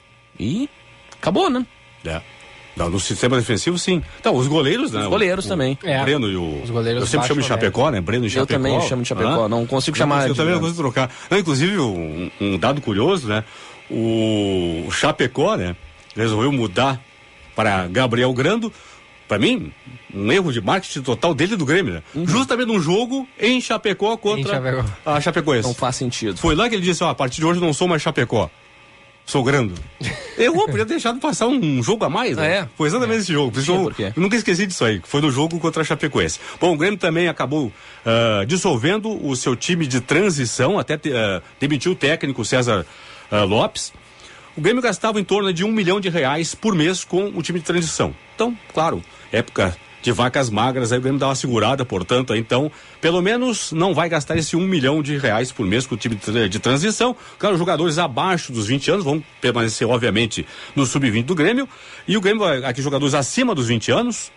e acabou, né? É. Não, no sistema defensivo, sim. Então, os goleiros, né? Os goleiros o, também. O é. Breno e o... Os goleiros eu sempre chamo de Chapecó, né? Breno e Chapecó. Eu também chamo de Chapecó, ah. não consigo chamar... Eu de também não consigo trocar. Não, inclusive, um, um dado curioso, né? O, o Chapecó, né? Resolveu mudar para Gabriel Grando. Para mim, um erro de marketing total dele e do Grêmio, né? Uhum. Justamente num jogo em Chapecó contra em Chapecó. a Chapecoense. Não faz sentido. Foi lá que ele disse, ó, a partir de hoje eu não sou mais Chapecó. Sou Grando. Errou, podia ter deixado passar um jogo a mais, né? É. Foi exatamente é. esse jogo. Por isso eu, eu nunca esqueci disso aí, que foi no jogo contra a Chapecoense. Bom, o Grêmio também acabou uh, dissolvendo o seu time de transição, até uh, demitiu o técnico César uh, Lopes. O Grêmio gastava em torno de um milhão de reais por mês com o time de transição. Então, claro, época de vacas magras, aí o Grêmio dá uma segurada, portanto, aí, então, pelo menos não vai gastar esse um milhão de reais por mês com o time de, de transição. Claro, os jogadores abaixo dos vinte anos vão permanecer, obviamente, no sub vinte do Grêmio. E o Grêmio, aqui, jogadores acima dos vinte anos,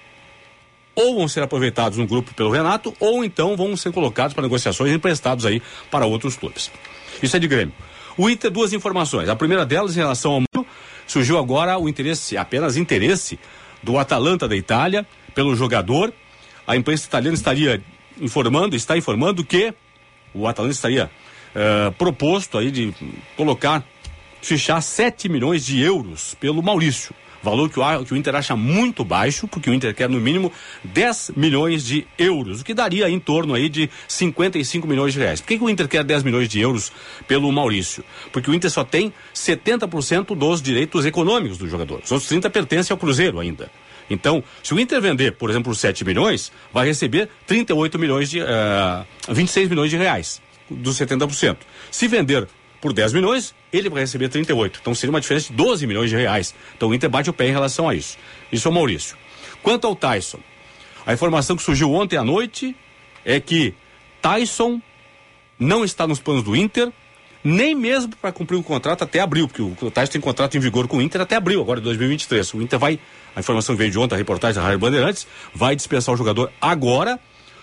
ou vão ser aproveitados no grupo pelo Renato, ou então vão ser colocados para negociações e emprestados aí para outros clubes. Isso é de Grêmio. O Inter, duas informações. A primeira delas, em relação ao... Surgiu agora o interesse, apenas interesse, do Atalanta da Itália pelo jogador. A imprensa italiana estaria informando, está informando que o Atalanta estaria uh, proposto aí de colocar, fichar sete milhões de euros pelo Maurício. Valor que o, que o Inter acha muito baixo, porque o Inter quer no mínimo dez milhões de euros, o que daria em torno aí de cinquenta e cinco milhões de reais. Por que, que o Inter quer dez milhões de euros pelo Maurício? Porque o Inter só tem setenta por cento dos direitos econômicos do jogador. Os outros trinta por cento pertencem ao Cruzeiro ainda. Então, se o Inter vender, por exemplo, sete milhões, vai receber trinta e oito milhões de, uh, vinte e seis milhões de reais, dos setenta por cento. Se vender por dez milhões, ele vai receber trinta e oito. Então seria uma diferença de doze milhões de reais. Então o Inter bate o pé em relação a isso. Isso é o Maurício. Quanto ao Tyson, a informação que surgiu ontem à noite é que Tyson não está nos planos do Inter, nem mesmo para cumprir o contrato até abril, porque o Tyson tem contrato em vigor com o Inter até abril, agora de dois mil e vinte e três. O Inter vai, a informação veio de ontem, a reportagem da Rádio Bandeirantes, vai dispensar o jogador agora.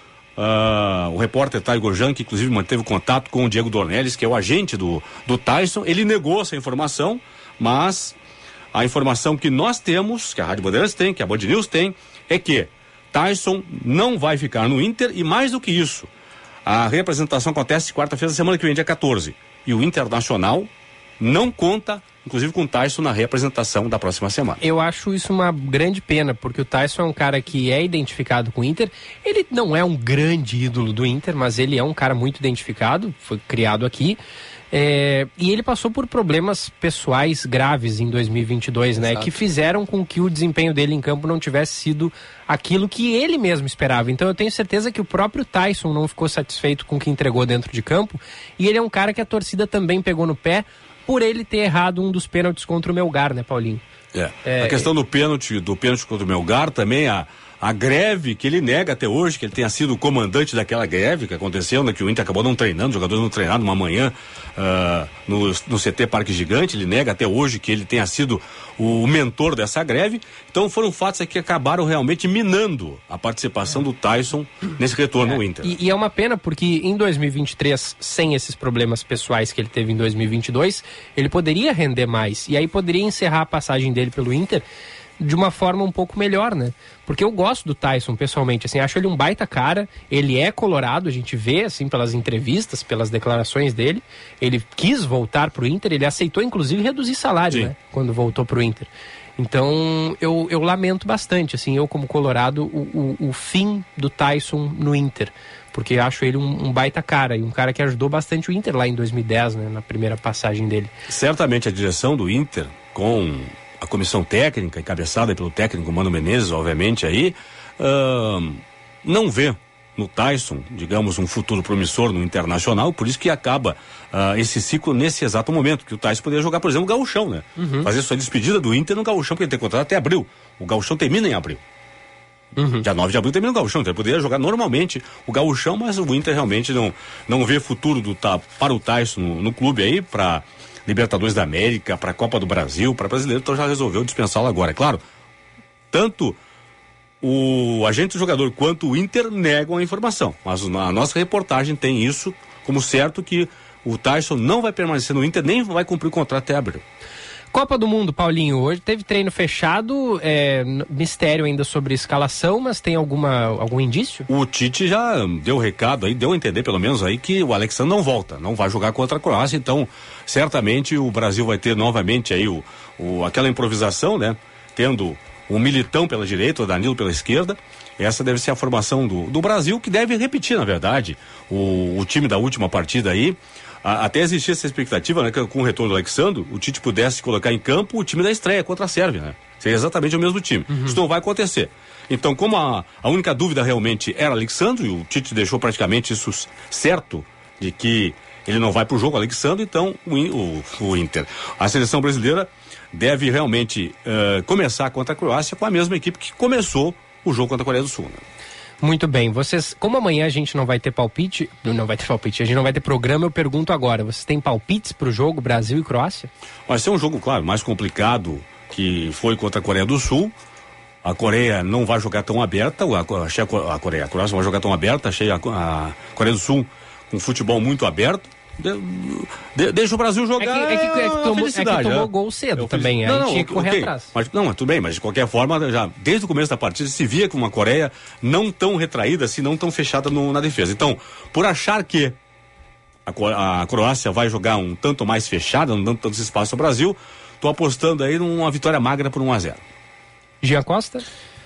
Uh, o repórter Thay Gorjan, que inclusive manteve contato com o Diego Dornelles, que é o agente do, do Tyson, ele negou essa informação, mas a informação que nós temos, que a Rádio Bandeirantes tem, que a Band News tem, é que Tyson não vai ficar no Inter, e mais do que isso, a representação acontece quarta-feira da semana que vem, dia quatorze, e o Internacional não conta, inclusive, com o Tyson na representação da próxima semana. Eu acho isso uma grande pena, porque o Tyson é um cara que é identificado com o Inter. Ele não é um grande ídolo do Inter, mas ele é um cara muito identificado, foi criado aqui. É, e ele passou por problemas pessoais graves em dois mil e vinte e dois, né? Que fizeram com que o desempenho dele em campo não tivesse sido aquilo que ele mesmo esperava. Então eu tenho certeza que o próprio Tyson não ficou satisfeito com o que entregou dentro de campo. E ele é um cara que a torcida também pegou no pé por ele ter errado um dos pênaltis contra o Melgar, né, Paulinho? É. é a questão do pênalti, do pênalti contra o Melgar, também a, a greve que ele nega até hoje, que ele tenha sido o comandante daquela greve que aconteceu, né, que o Inter acabou não treinando, os jogadores não treinaram uma manhã uh, no, no C T Parque Gigante. Ele nega até hoje que ele tenha sido o mentor dessa greve. Então foram fatos que acabaram realmente minando a participação do Tyson nesse retorno é, ao Inter. E, e é uma pena porque em dois mil e vinte e três, sem esses problemas pessoais que ele teve em dois mil e vinte e dois, ele poderia render mais, e aí poderia encerrar a passagem dele pelo Inter de uma forma um pouco melhor, né? Porque eu gosto do Tyson, pessoalmente, assim, acho ele um baita cara, ele é colorado, a gente vê, assim, pelas entrevistas, pelas declarações dele, ele quis voltar pro Inter, ele aceitou, inclusive, reduzir salário, Sim. né? Quando voltou pro Inter. Então, eu, eu lamento bastante, assim, eu como colorado, o, o, o fim do Tyson no Inter, porque acho ele um, um baita cara, e um cara que ajudou bastante o Inter lá em dois mil e dez, né? Na primeira passagem dele. Certamente a direção do Inter, com a comissão técnica, encabeçada pelo técnico Mano Menezes, obviamente, aí, uh, não vê no Tyson, digamos, um futuro promissor no Internacional, por isso que acaba uh, esse ciclo nesse exato momento, que o Tyson poderia jogar, por exemplo, o Gauchão, né? Uhum. Fazer sua despedida do Inter no Gauchão, porque ele tem contrato até abril. O Gauchão termina em abril. Uhum. Dia nove de abril termina o Gauchão, então ele poderia jogar normalmente o Gauchão, mas o Inter realmente não, não vê futuro do, tá, para o Tyson no, no clube aí, para Libertadores da América, para a Copa do Brasil, para brasileiro, então já resolveu dispensá-lo agora. É claro, tanto o agente do jogador quanto o Inter negam a informação, mas a nossa reportagem tem isso como certo, que o Tyson não vai permanecer no Inter, nem vai cumprir o contrato até abril. Copa do Mundo, Paulinho, hoje teve treino fechado, é, mistério ainda sobre escalação, mas tem alguma, algum indício? O Tite já deu recado aí, deu a entender pelo menos aí que o Alexandre não volta, não vai jogar contra a Croácia, então certamente o Brasil vai ter novamente aí o, o, aquela improvisação, né? Tendo o Militão pela direita, o Danilo pela esquerda. Essa deve ser a formação do, do Brasil, que deve repetir, na verdade, o, o time da última partida aí. A, até existia essa expectativa, né, que com o retorno do Alexandre, o Tite pudesse colocar em campo o time da estreia contra a Sérvia, né? Seria exatamente o mesmo time. Uhum. Isso não vai acontecer. Então, como a, a única dúvida realmente era Alexandre, e o Tite deixou praticamente isso certo, de que ele não vai pro jogo, Alexandre, então o, o, o Inter. A seleção brasileira deve realmente uh, começar contra a Croácia com a mesma equipe que começou o jogo contra a Coreia do Sul, né? Muito bem, vocês, como amanhã a gente não vai ter palpite, não vai ter palpite, a gente não vai ter programa, eu pergunto agora, vocês têm palpites pro jogo Brasil e Croácia? Vai ser um jogo, claro, mais complicado que foi contra a Coreia do Sul. A Coreia não vai jogar tão aberta, achei a, a Coreia, a Croácia não vai jogar tão aberta, achei a, a Coreia do Sul com futebol muito aberto, de, de, deixa o Brasil jogar. É que, é que, é que tomou, é que tomou é. gol cedo é também, não, aí não, tinha que correr okay. atrás. Mas, não, mas tudo bem, mas de qualquer forma, já desde o começo da partida se via com uma Coreia não tão retraída, assim, não tão fechada no, na defesa. Então, por achar que a, a Croácia vai jogar um tanto mais fechada, não dando tanto espaço ao Brasil, tô apostando aí numa vitória magra por um a zero. Jean Costa?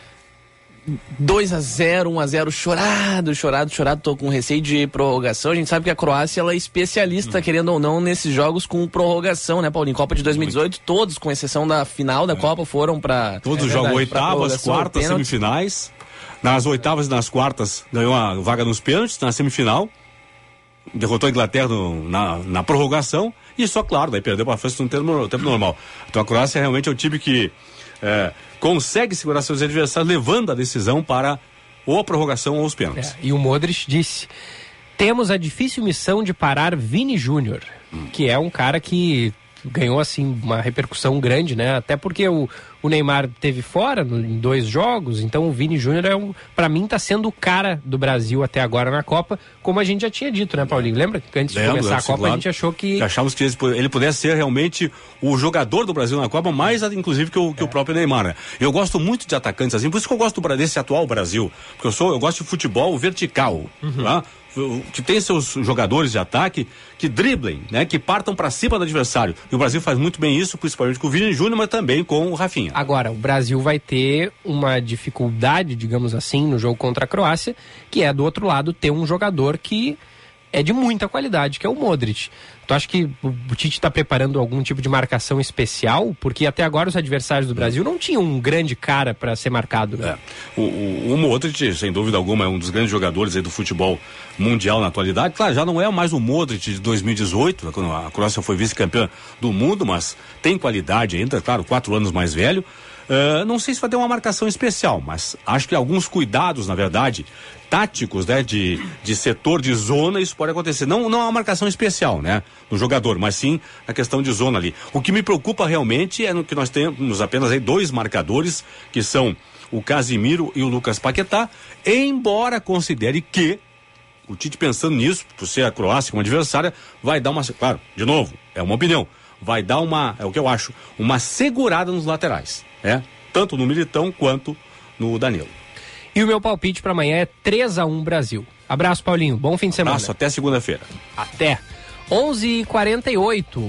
dois a zero, um a zero, chorado, chorado, chorado, tô com receio de prorrogação. A gente sabe que a Croácia, ela é especialista, hum. querendo ou não, nesses jogos com prorrogação, né, Paulinho? Copa de dois mil e dezoito, Muito. todos, com exceção da final da é. Copa, foram pra... Todos é jogam oitavas, quartas, pênalti. Semifinais. Nas oitavas e nas quartas, ganhou a vaga nos pênaltis, na semifinal. Derrotou a Inglaterra no, na, na prorrogação. E só, claro, daí perdeu pra França no tempo, tempo normal. Então a Croácia realmente é um time que... É, consegue segurar seus adversários, levando a decisão para ou a prorrogação ou os pênaltis. É, e o Modric disse: temos a difícil missão de parar Vini Júnior, hum. que é um cara que ganhou assim uma repercussão grande, né? Até porque o, o Neymar teve fora no, em dois jogos, então o Vini Júnior é um, para mim tá sendo o cara do Brasil até agora na Copa, como a gente já tinha dito, né, Paulinho? Lembra que antes Lembro, de começar a Copa claro. a gente achou que... Achávamos que ele pudesse ser realmente o jogador do Brasil na Copa, mais inclusive que o, que é. o próprio Neymar, né? Eu gosto muito de atacantes assim, por isso que eu gosto desse atual Brasil, porque eu sou, eu gosto de futebol vertical, uhum. tá? Que tem seus jogadores de ataque que driblem, né? Que partam para cima do adversário. E o Brasil faz muito bem isso, principalmente com o Vini Júnior, mas também com o Rafinha. Agora, o Brasil vai ter uma dificuldade, digamos assim, no jogo contra a Croácia, que é do outro lado ter um jogador que é de muita qualidade, que é o Modric. Tu acha que o Tite está preparando algum tipo de marcação especial? Porque até agora os adversários do Brasil não tinham um grande cara para ser marcado, né? É. O, o, o Modric, sem dúvida alguma, é um dos grandes jogadores aí do futebol mundial na atualidade. Claro, já não é mais o Modric de dois mil e dezoito, quando a Croácia foi vice-campeã do mundo, mas tem qualidade ainda, claro, quatro anos mais velho. Uh, não sei se vai ter uma marcação especial, mas acho que alguns cuidados, na verdade, táticos, né, de, de setor de zona, isso pode acontecer. Não, não é uma marcação especial, né, no jogador, mas sim na questão de zona ali. O que me preocupa realmente é no que nós temos apenas aí dois marcadores, que são o Casimiro e o Lucas Paquetá, embora considere que o Tite, pensando nisso, por ser a Croácia como adversária, vai dar uma, claro, de novo, é uma opinião, vai dar uma, é o que eu acho, uma segurada nos laterais, é, tanto no Militão quanto no Danilo. E o meu palpite para amanhã é três a um Brasil. Abraço, Paulinho, bom fim de semana. Abraço, até segunda-feira. Até. onze e quarenta e oito.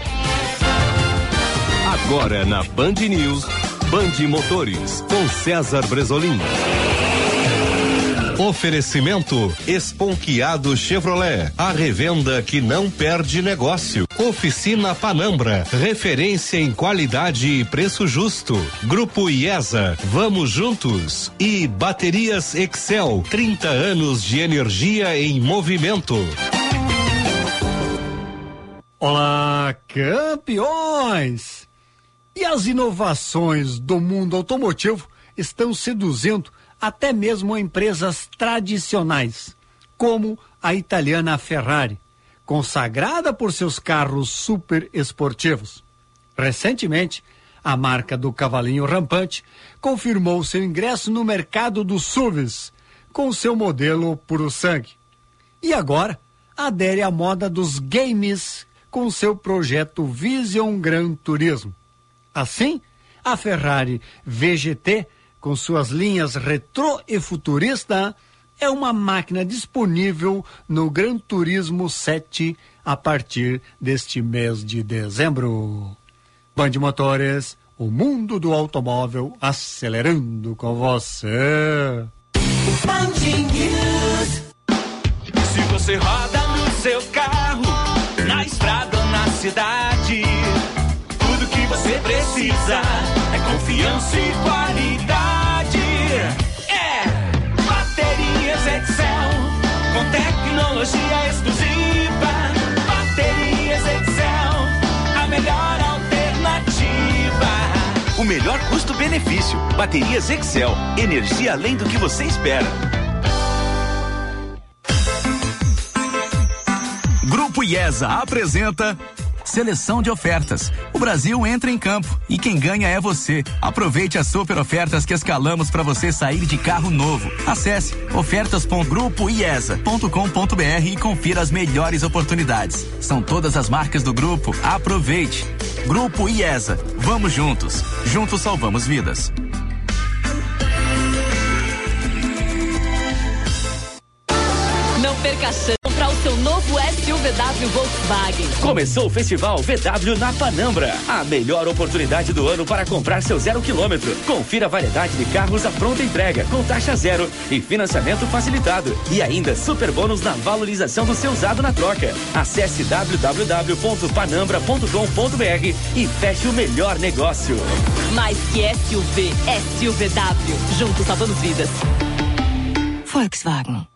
Agora na Band News, Band Motores, com César Bresolim. Oferecimento Esponquiado Chevrolet, a revenda que não perde negócio. Oficina Panambra, referência em qualidade e preço justo. Grupo IESA, vamos juntos. E Baterias Excel, trinta anos de energia em movimento. Olá, campeões! E as inovações do mundo automotivo estão seduzindo até mesmo empresas tradicionais, como a italiana Ferrari, consagrada por seus carros super esportivos. Recentemente, a marca do cavalinho rampante confirmou seu ingresso no mercado dos S U Vs, com seu modelo puro sangue. E agora, adere à moda dos games com seu projeto Vision Gran Turismo. Assim, a Ferrari V G T, com suas linhas retrô e futurista, é uma máquina disponível no Gran Turismo sete a partir deste mês de dezembro. Band Motores, o mundo do automóvel acelerando com você. Se você roda no seu carro, na estrada ou na cidade, tudo que você precisa é confiança e qualidade. Excel, com tecnologia exclusiva. Baterias Excel, a melhor alternativa. O melhor custo-benefício. Baterias Excel, energia além do que você espera. Grupo IESA apresenta seleção de ofertas. O Brasil entra em campo e quem ganha é você. Aproveite as super ofertas que escalamos para você sair de carro novo. Acesse ofertas ponto grupo i e s a ponto com ponto b r e confira as melhores oportunidades. São todas as marcas do grupo. Aproveite. Grupo I E S A. Vamos juntos. Juntos salvamos vidas. Não perca a chance de comprar o seu novo S U V W Volkswagen. Começou o Festival V W na Panambra. A melhor oportunidade do ano para comprar seu zero quilômetro. Confira a variedade de carros à pronta entrega, com taxa zero e financiamento facilitado. E ainda super bônus na valorização do seu usado na troca. Acesse w w w ponto panambra ponto com ponto b r e feche o melhor negócio. Mais que S U V, S U V W. Juntos salvamos vidas. Volkswagen.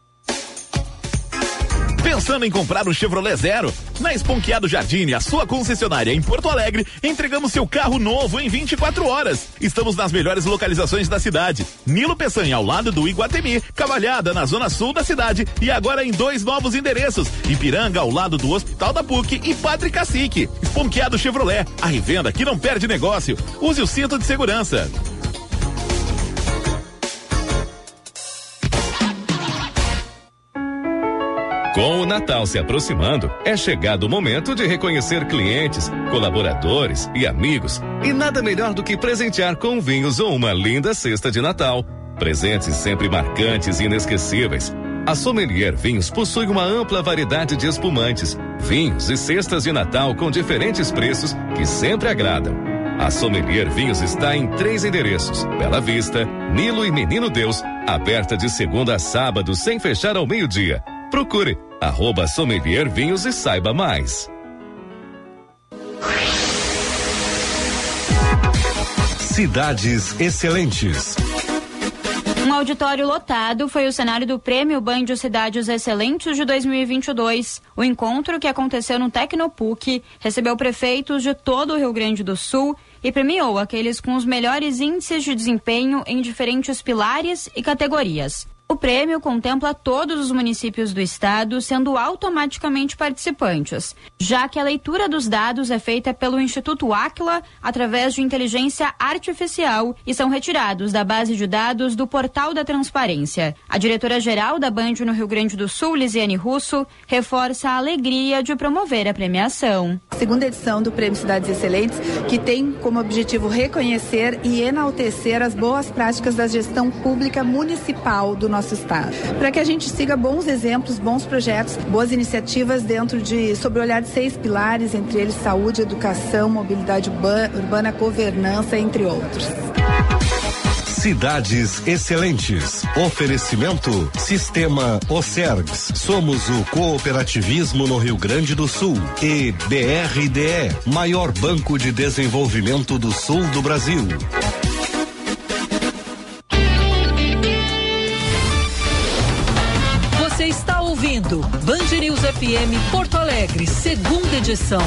Pensando em comprar um Chevrolet Zero? Na Esponqueado Jardine, a sua concessionária em Porto Alegre, entregamos seu carro novo em vinte e quatro horas. Estamos nas melhores localizações da cidade. Nilo Peçanha, ao lado do Iguatemi, Cavalhada, na zona sul da cidade, e agora em dois novos endereços: Ipiranga, ao lado do Hospital da P U C, e Padre Cacique. Esponqueado Chevrolet, a revenda que não perde negócio. Use o cinto de segurança. Com o Natal se aproximando, é chegado o momento de reconhecer clientes, colaboradores e amigos. E nada melhor do que presentear com vinhos ou uma linda cesta de Natal. Presentes sempre marcantes e inesquecíveis. A Sommelier Vinhos possui uma ampla variedade de espumantes, vinhos e cestas de Natal com diferentes preços que sempre agradam. A Sommelier Vinhos está em três endereços: Bela Vista, Nilo e Menino Deus, aberta de segunda a sábado sem fechar ao meio-dia. Procure arroba Sommelier Vinhos e saiba mais. Cidades Excelentes. Um auditório lotado foi o cenário do Prêmio Bandio Cidades Excelentes de dois mil e vinte e dois. O encontro, que aconteceu no Tecnopuc, recebeu prefeitos de todo o Rio Grande do Sul e premiou aqueles com os melhores índices de desempenho em diferentes pilares e categorias. O prêmio contempla todos os municípios do estado, sendo automaticamente participantes, já que a leitura dos dados é feita pelo Instituto Aquila através de inteligência artificial e são retirados da base de dados do Portal da Transparência. A diretora-geral da Bandio no Rio Grande do Sul, Lisiane Russo, reforça a alegria de promover a premiação. Segunda edição do Prêmio Cidades Excelentes, que tem como objetivo reconhecer e enaltecer as boas práticas da gestão pública municipal do nosso nosso estado, para que a gente siga bons exemplos, bons projetos, boas iniciativas dentro de, sob o olhar de seis pilares, entre eles saúde, educação, mobilidade urbana, governança, entre outros. Cidades Excelentes. Oferecimento Sistema Ocergs. Somos o cooperativismo no Rio Grande do Sul. E B R D E, maior banco de desenvolvimento do sul do Brasil. Você está ouvindo Band News F M Porto Alegre, segunda edição.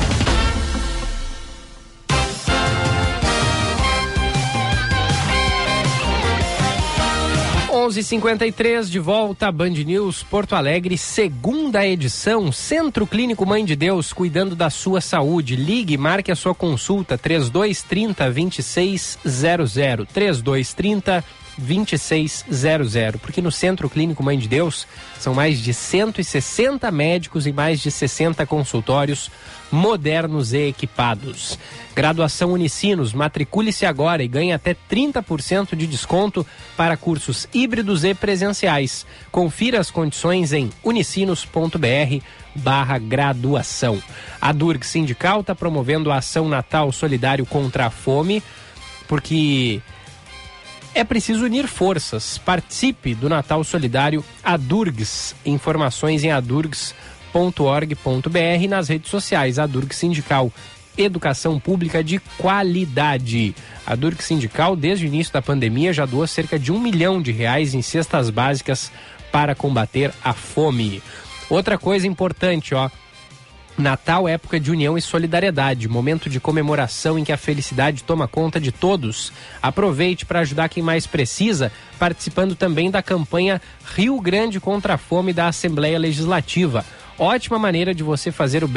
onze e cinquenta e três, de volta a Band News Porto Alegre, segunda edição. Centro Clínico Mãe de Deus, cuidando da sua saúde. Ligue, marque a sua consulta, trinta e dois trinta, vinte e seis zero zero, trinta e dois trinta, vinte e seis zero zero, porque no Centro Clínico Mãe de Deus são mais de cento e sessenta médicos e mais de sessenta consultórios modernos e equipados. Graduação Unicinos, matricule-se agora e ganhe até trinta por cento de desconto para cursos híbridos e presenciais. Confira as condições em unicinos.br barra graduação. A Durg Sindical está promovendo a ação Natal Solidário contra a Fome, porque é preciso unir forças. Participe do Natal Solidário Adurgs. Informações em adurgs ponto org ponto b r e nas redes sociais. Adurg Sindical, educação pública de qualidade. A Durg Sindical, desde o início da pandemia, já doou cerca de um milhão de reais em cestas básicas para combater a fome. Outra coisa importante, ó. Natal, época de união e solidariedade, momento de comemoração em que a felicidade toma conta de todos. Aproveite para ajudar quem mais precisa, participando também da campanha Rio Grande contra a Fome da Assembleia Legislativa. Ótima maneira de você fazer o bem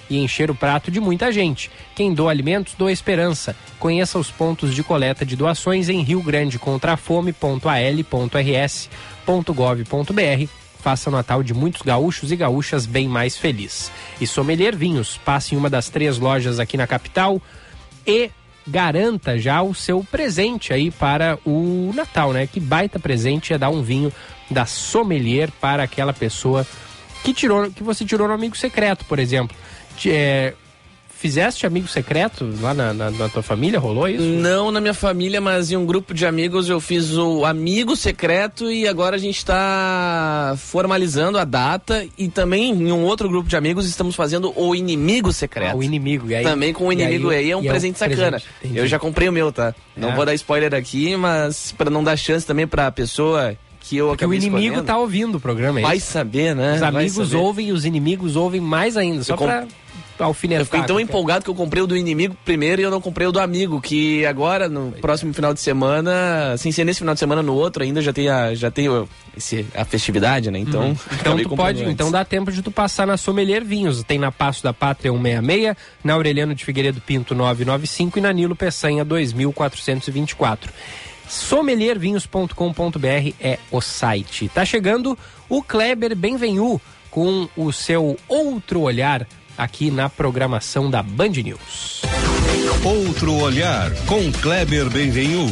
e encher o prato de muita gente. Quem doa alimentos, doa esperança. Conheça os pontos de coleta de doações em rio grande contra a fome ponto a l ponto r s ponto gov ponto b r. Faça o Natal de muitos gaúchos e gaúchas bem mais feliz. E Sommelier Vinhos, passe em uma das três lojas aqui na capital e garanta já o seu presente aí para o Natal, né? Que baita presente é dar um vinho da Sommelier para aquela pessoa que tirou, que você tirou no amigo secreto, por exemplo. É, fizeste amigo secreto lá na, na, na tua família? Rolou isso? Não na minha família, mas em um grupo de amigos eu fiz o amigo secreto e agora a gente está formalizando a data e também em um outro grupo de amigos estamos fazendo o inimigo secreto. Ah, o inimigo. E aí, também com o inimigo, e aí, aí é um presente é um sacana. Presente, eu já comprei o meu, tá? Não é. Vou dar spoiler aqui, mas para não dar chance também para a pessoa... Que eu Porque o inimigo escolhendo. Tá ouvindo o programa. É Vai saber, né? Os amigos ouvem e os inimigos ouvem mais ainda. Só eu pra comp... alfinetar. Eu fiquei tão empolgado que eu comprei o do inimigo primeiro e eu não comprei o do amigo. Que agora, no Foi próximo é. final de semana, sem ser nesse final de semana, no outro ainda já tem a, já tem o, esse, a festividade, né? Então, uhum. então tu pode, antes. Então dá tempo de tu passar na Sommelier Vinhos. Tem na Passo da Pátria cento e sessenta e seis, na Aureliano de Figueiredo Pinto novecentos e noventa e cinco e na Nilo Peçanha dois mil quatrocentos e vinte e quatro. sommelier vinhos ponto com ponto b r é o site. Tá chegando o Kleber Benvenu com o seu outro olhar aqui na programação da Band News. Outro olhar com Kleber Benvenu.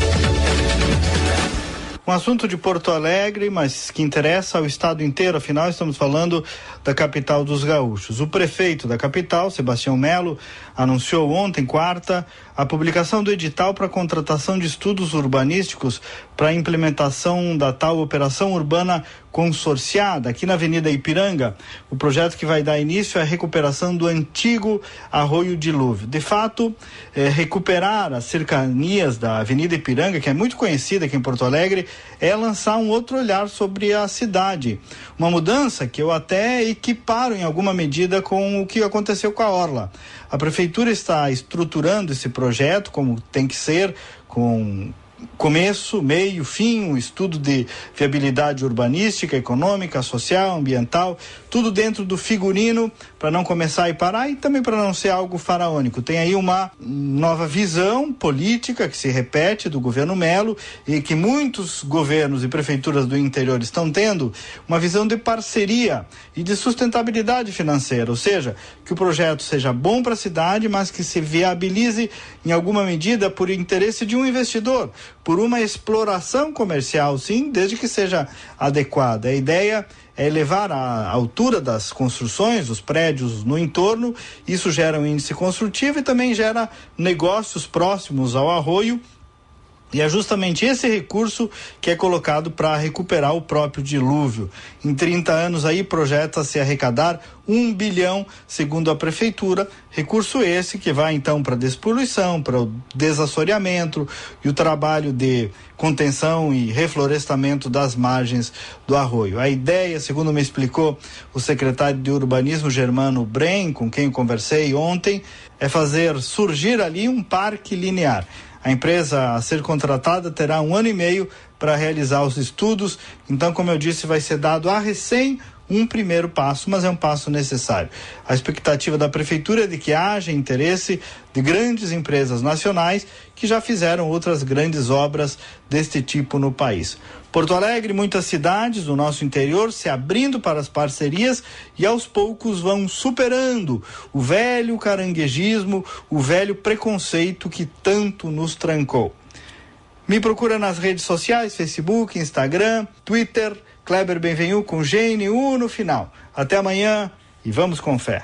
Um assunto de Porto Alegre, mas que interessa ao estado inteiro, afinal estamos falando da capital dos gaúchos. O prefeito da capital, Sebastião Melo, anunciou ontem, quarta, a publicação do edital para a contratação de estudos urbanísticos para a implementação da tal operação urbana consorciada aqui na Avenida Ipiranga. O projeto que vai dar início é a recuperação do antigo Arroio Dilúvio. De fato, é, recuperar as cercanias da Avenida Ipiranga, que é muito conhecida aqui em Porto Alegre, é lançar um outro olhar sobre a cidade. Uma mudança que eu até equiparo em alguma medida com o que aconteceu com a Orla. A prefeitura está estruturando esse projeto como tem que ser, com começo, meio, fim, um estudo de viabilidade urbanística, econômica, social, ambiental, tudo dentro do figurino para não começar e parar e também para não ser algo faraônico. Tem aí uma nova visão política que se repete do governo Melo e que muitos governos e prefeituras do interior estão tendo, uma visão de parceria e de sustentabilidade financeira, ou seja, que o projeto seja bom para a cidade, mas que se viabilize em alguma medida por interesse de um investidor, por uma exploração comercial, sim, desde que seja adequada. A ideia é elevar a altura das construções, dos prédios no entorno, isso gera um índice construtivo e também gera negócios próximos ao arroio. E é justamente esse recurso que é colocado para recuperar o próprio dilúvio. Em trinta anos aí projeta-se arrecadar um bilhão, segundo a prefeitura, recurso esse que vai então para a despoluição, para o desassoreamento e o trabalho de contenção e reflorestamento das margens do arroio. A ideia, segundo me explicou o secretário de Urbanismo Germano Brem, com quem eu conversei ontem, é fazer surgir ali um parque linear. A empresa a ser contratada terá um ano e meio para realizar os estudos. Então, como eu disse, vai ser dado a recém um primeiro passo, mas é um passo necessário. A expectativa da prefeitura é de que haja interesse de grandes empresas nacionais que já fizeram outras grandes obras deste tipo no país. Porto Alegre, muitas cidades do nosso interior se abrindo para as parcerias e aos poucos vão superando o velho caranguejismo, o velho preconceito que tanto nos trancou. Me procura nas redes sociais, Facebook, Instagram, Twitter, Kleber Benvenu com G N U no final. Até amanhã e vamos com fé.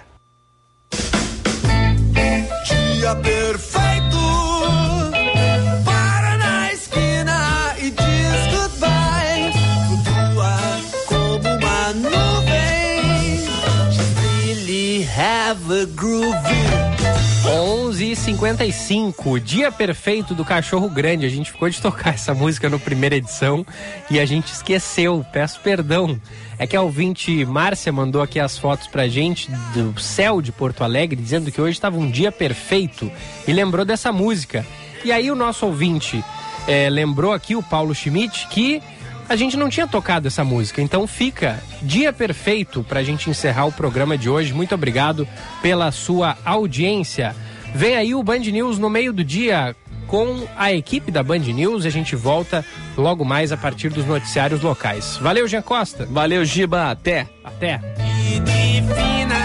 Dia perfeito, para na esquina e diz goodbye. Flutua como uma nuvem. Just really have a groove. onze e cinquenta e cinco, dia perfeito do Cachorro Grande. A gente ficou de tocar essa música no primeira edição e a gente esqueceu, peço perdão. É que a ouvinte Márcia mandou aqui as fotos pra gente do céu de Porto Alegre, dizendo que hoje estava um dia perfeito e lembrou dessa música. E aí o nosso ouvinte é, lembrou aqui, o Paulo Schmidt, que a gente não tinha tocado essa música. Então fica dia perfeito pra gente encerrar o programa de hoje. Muito obrigado pela sua audiência. Vem aí o Band News no meio do dia com a equipe da Band News. A gente volta logo mais a partir dos noticiários locais. Valeu, Jean Costa. Valeu, Giba. Até. Até. Divina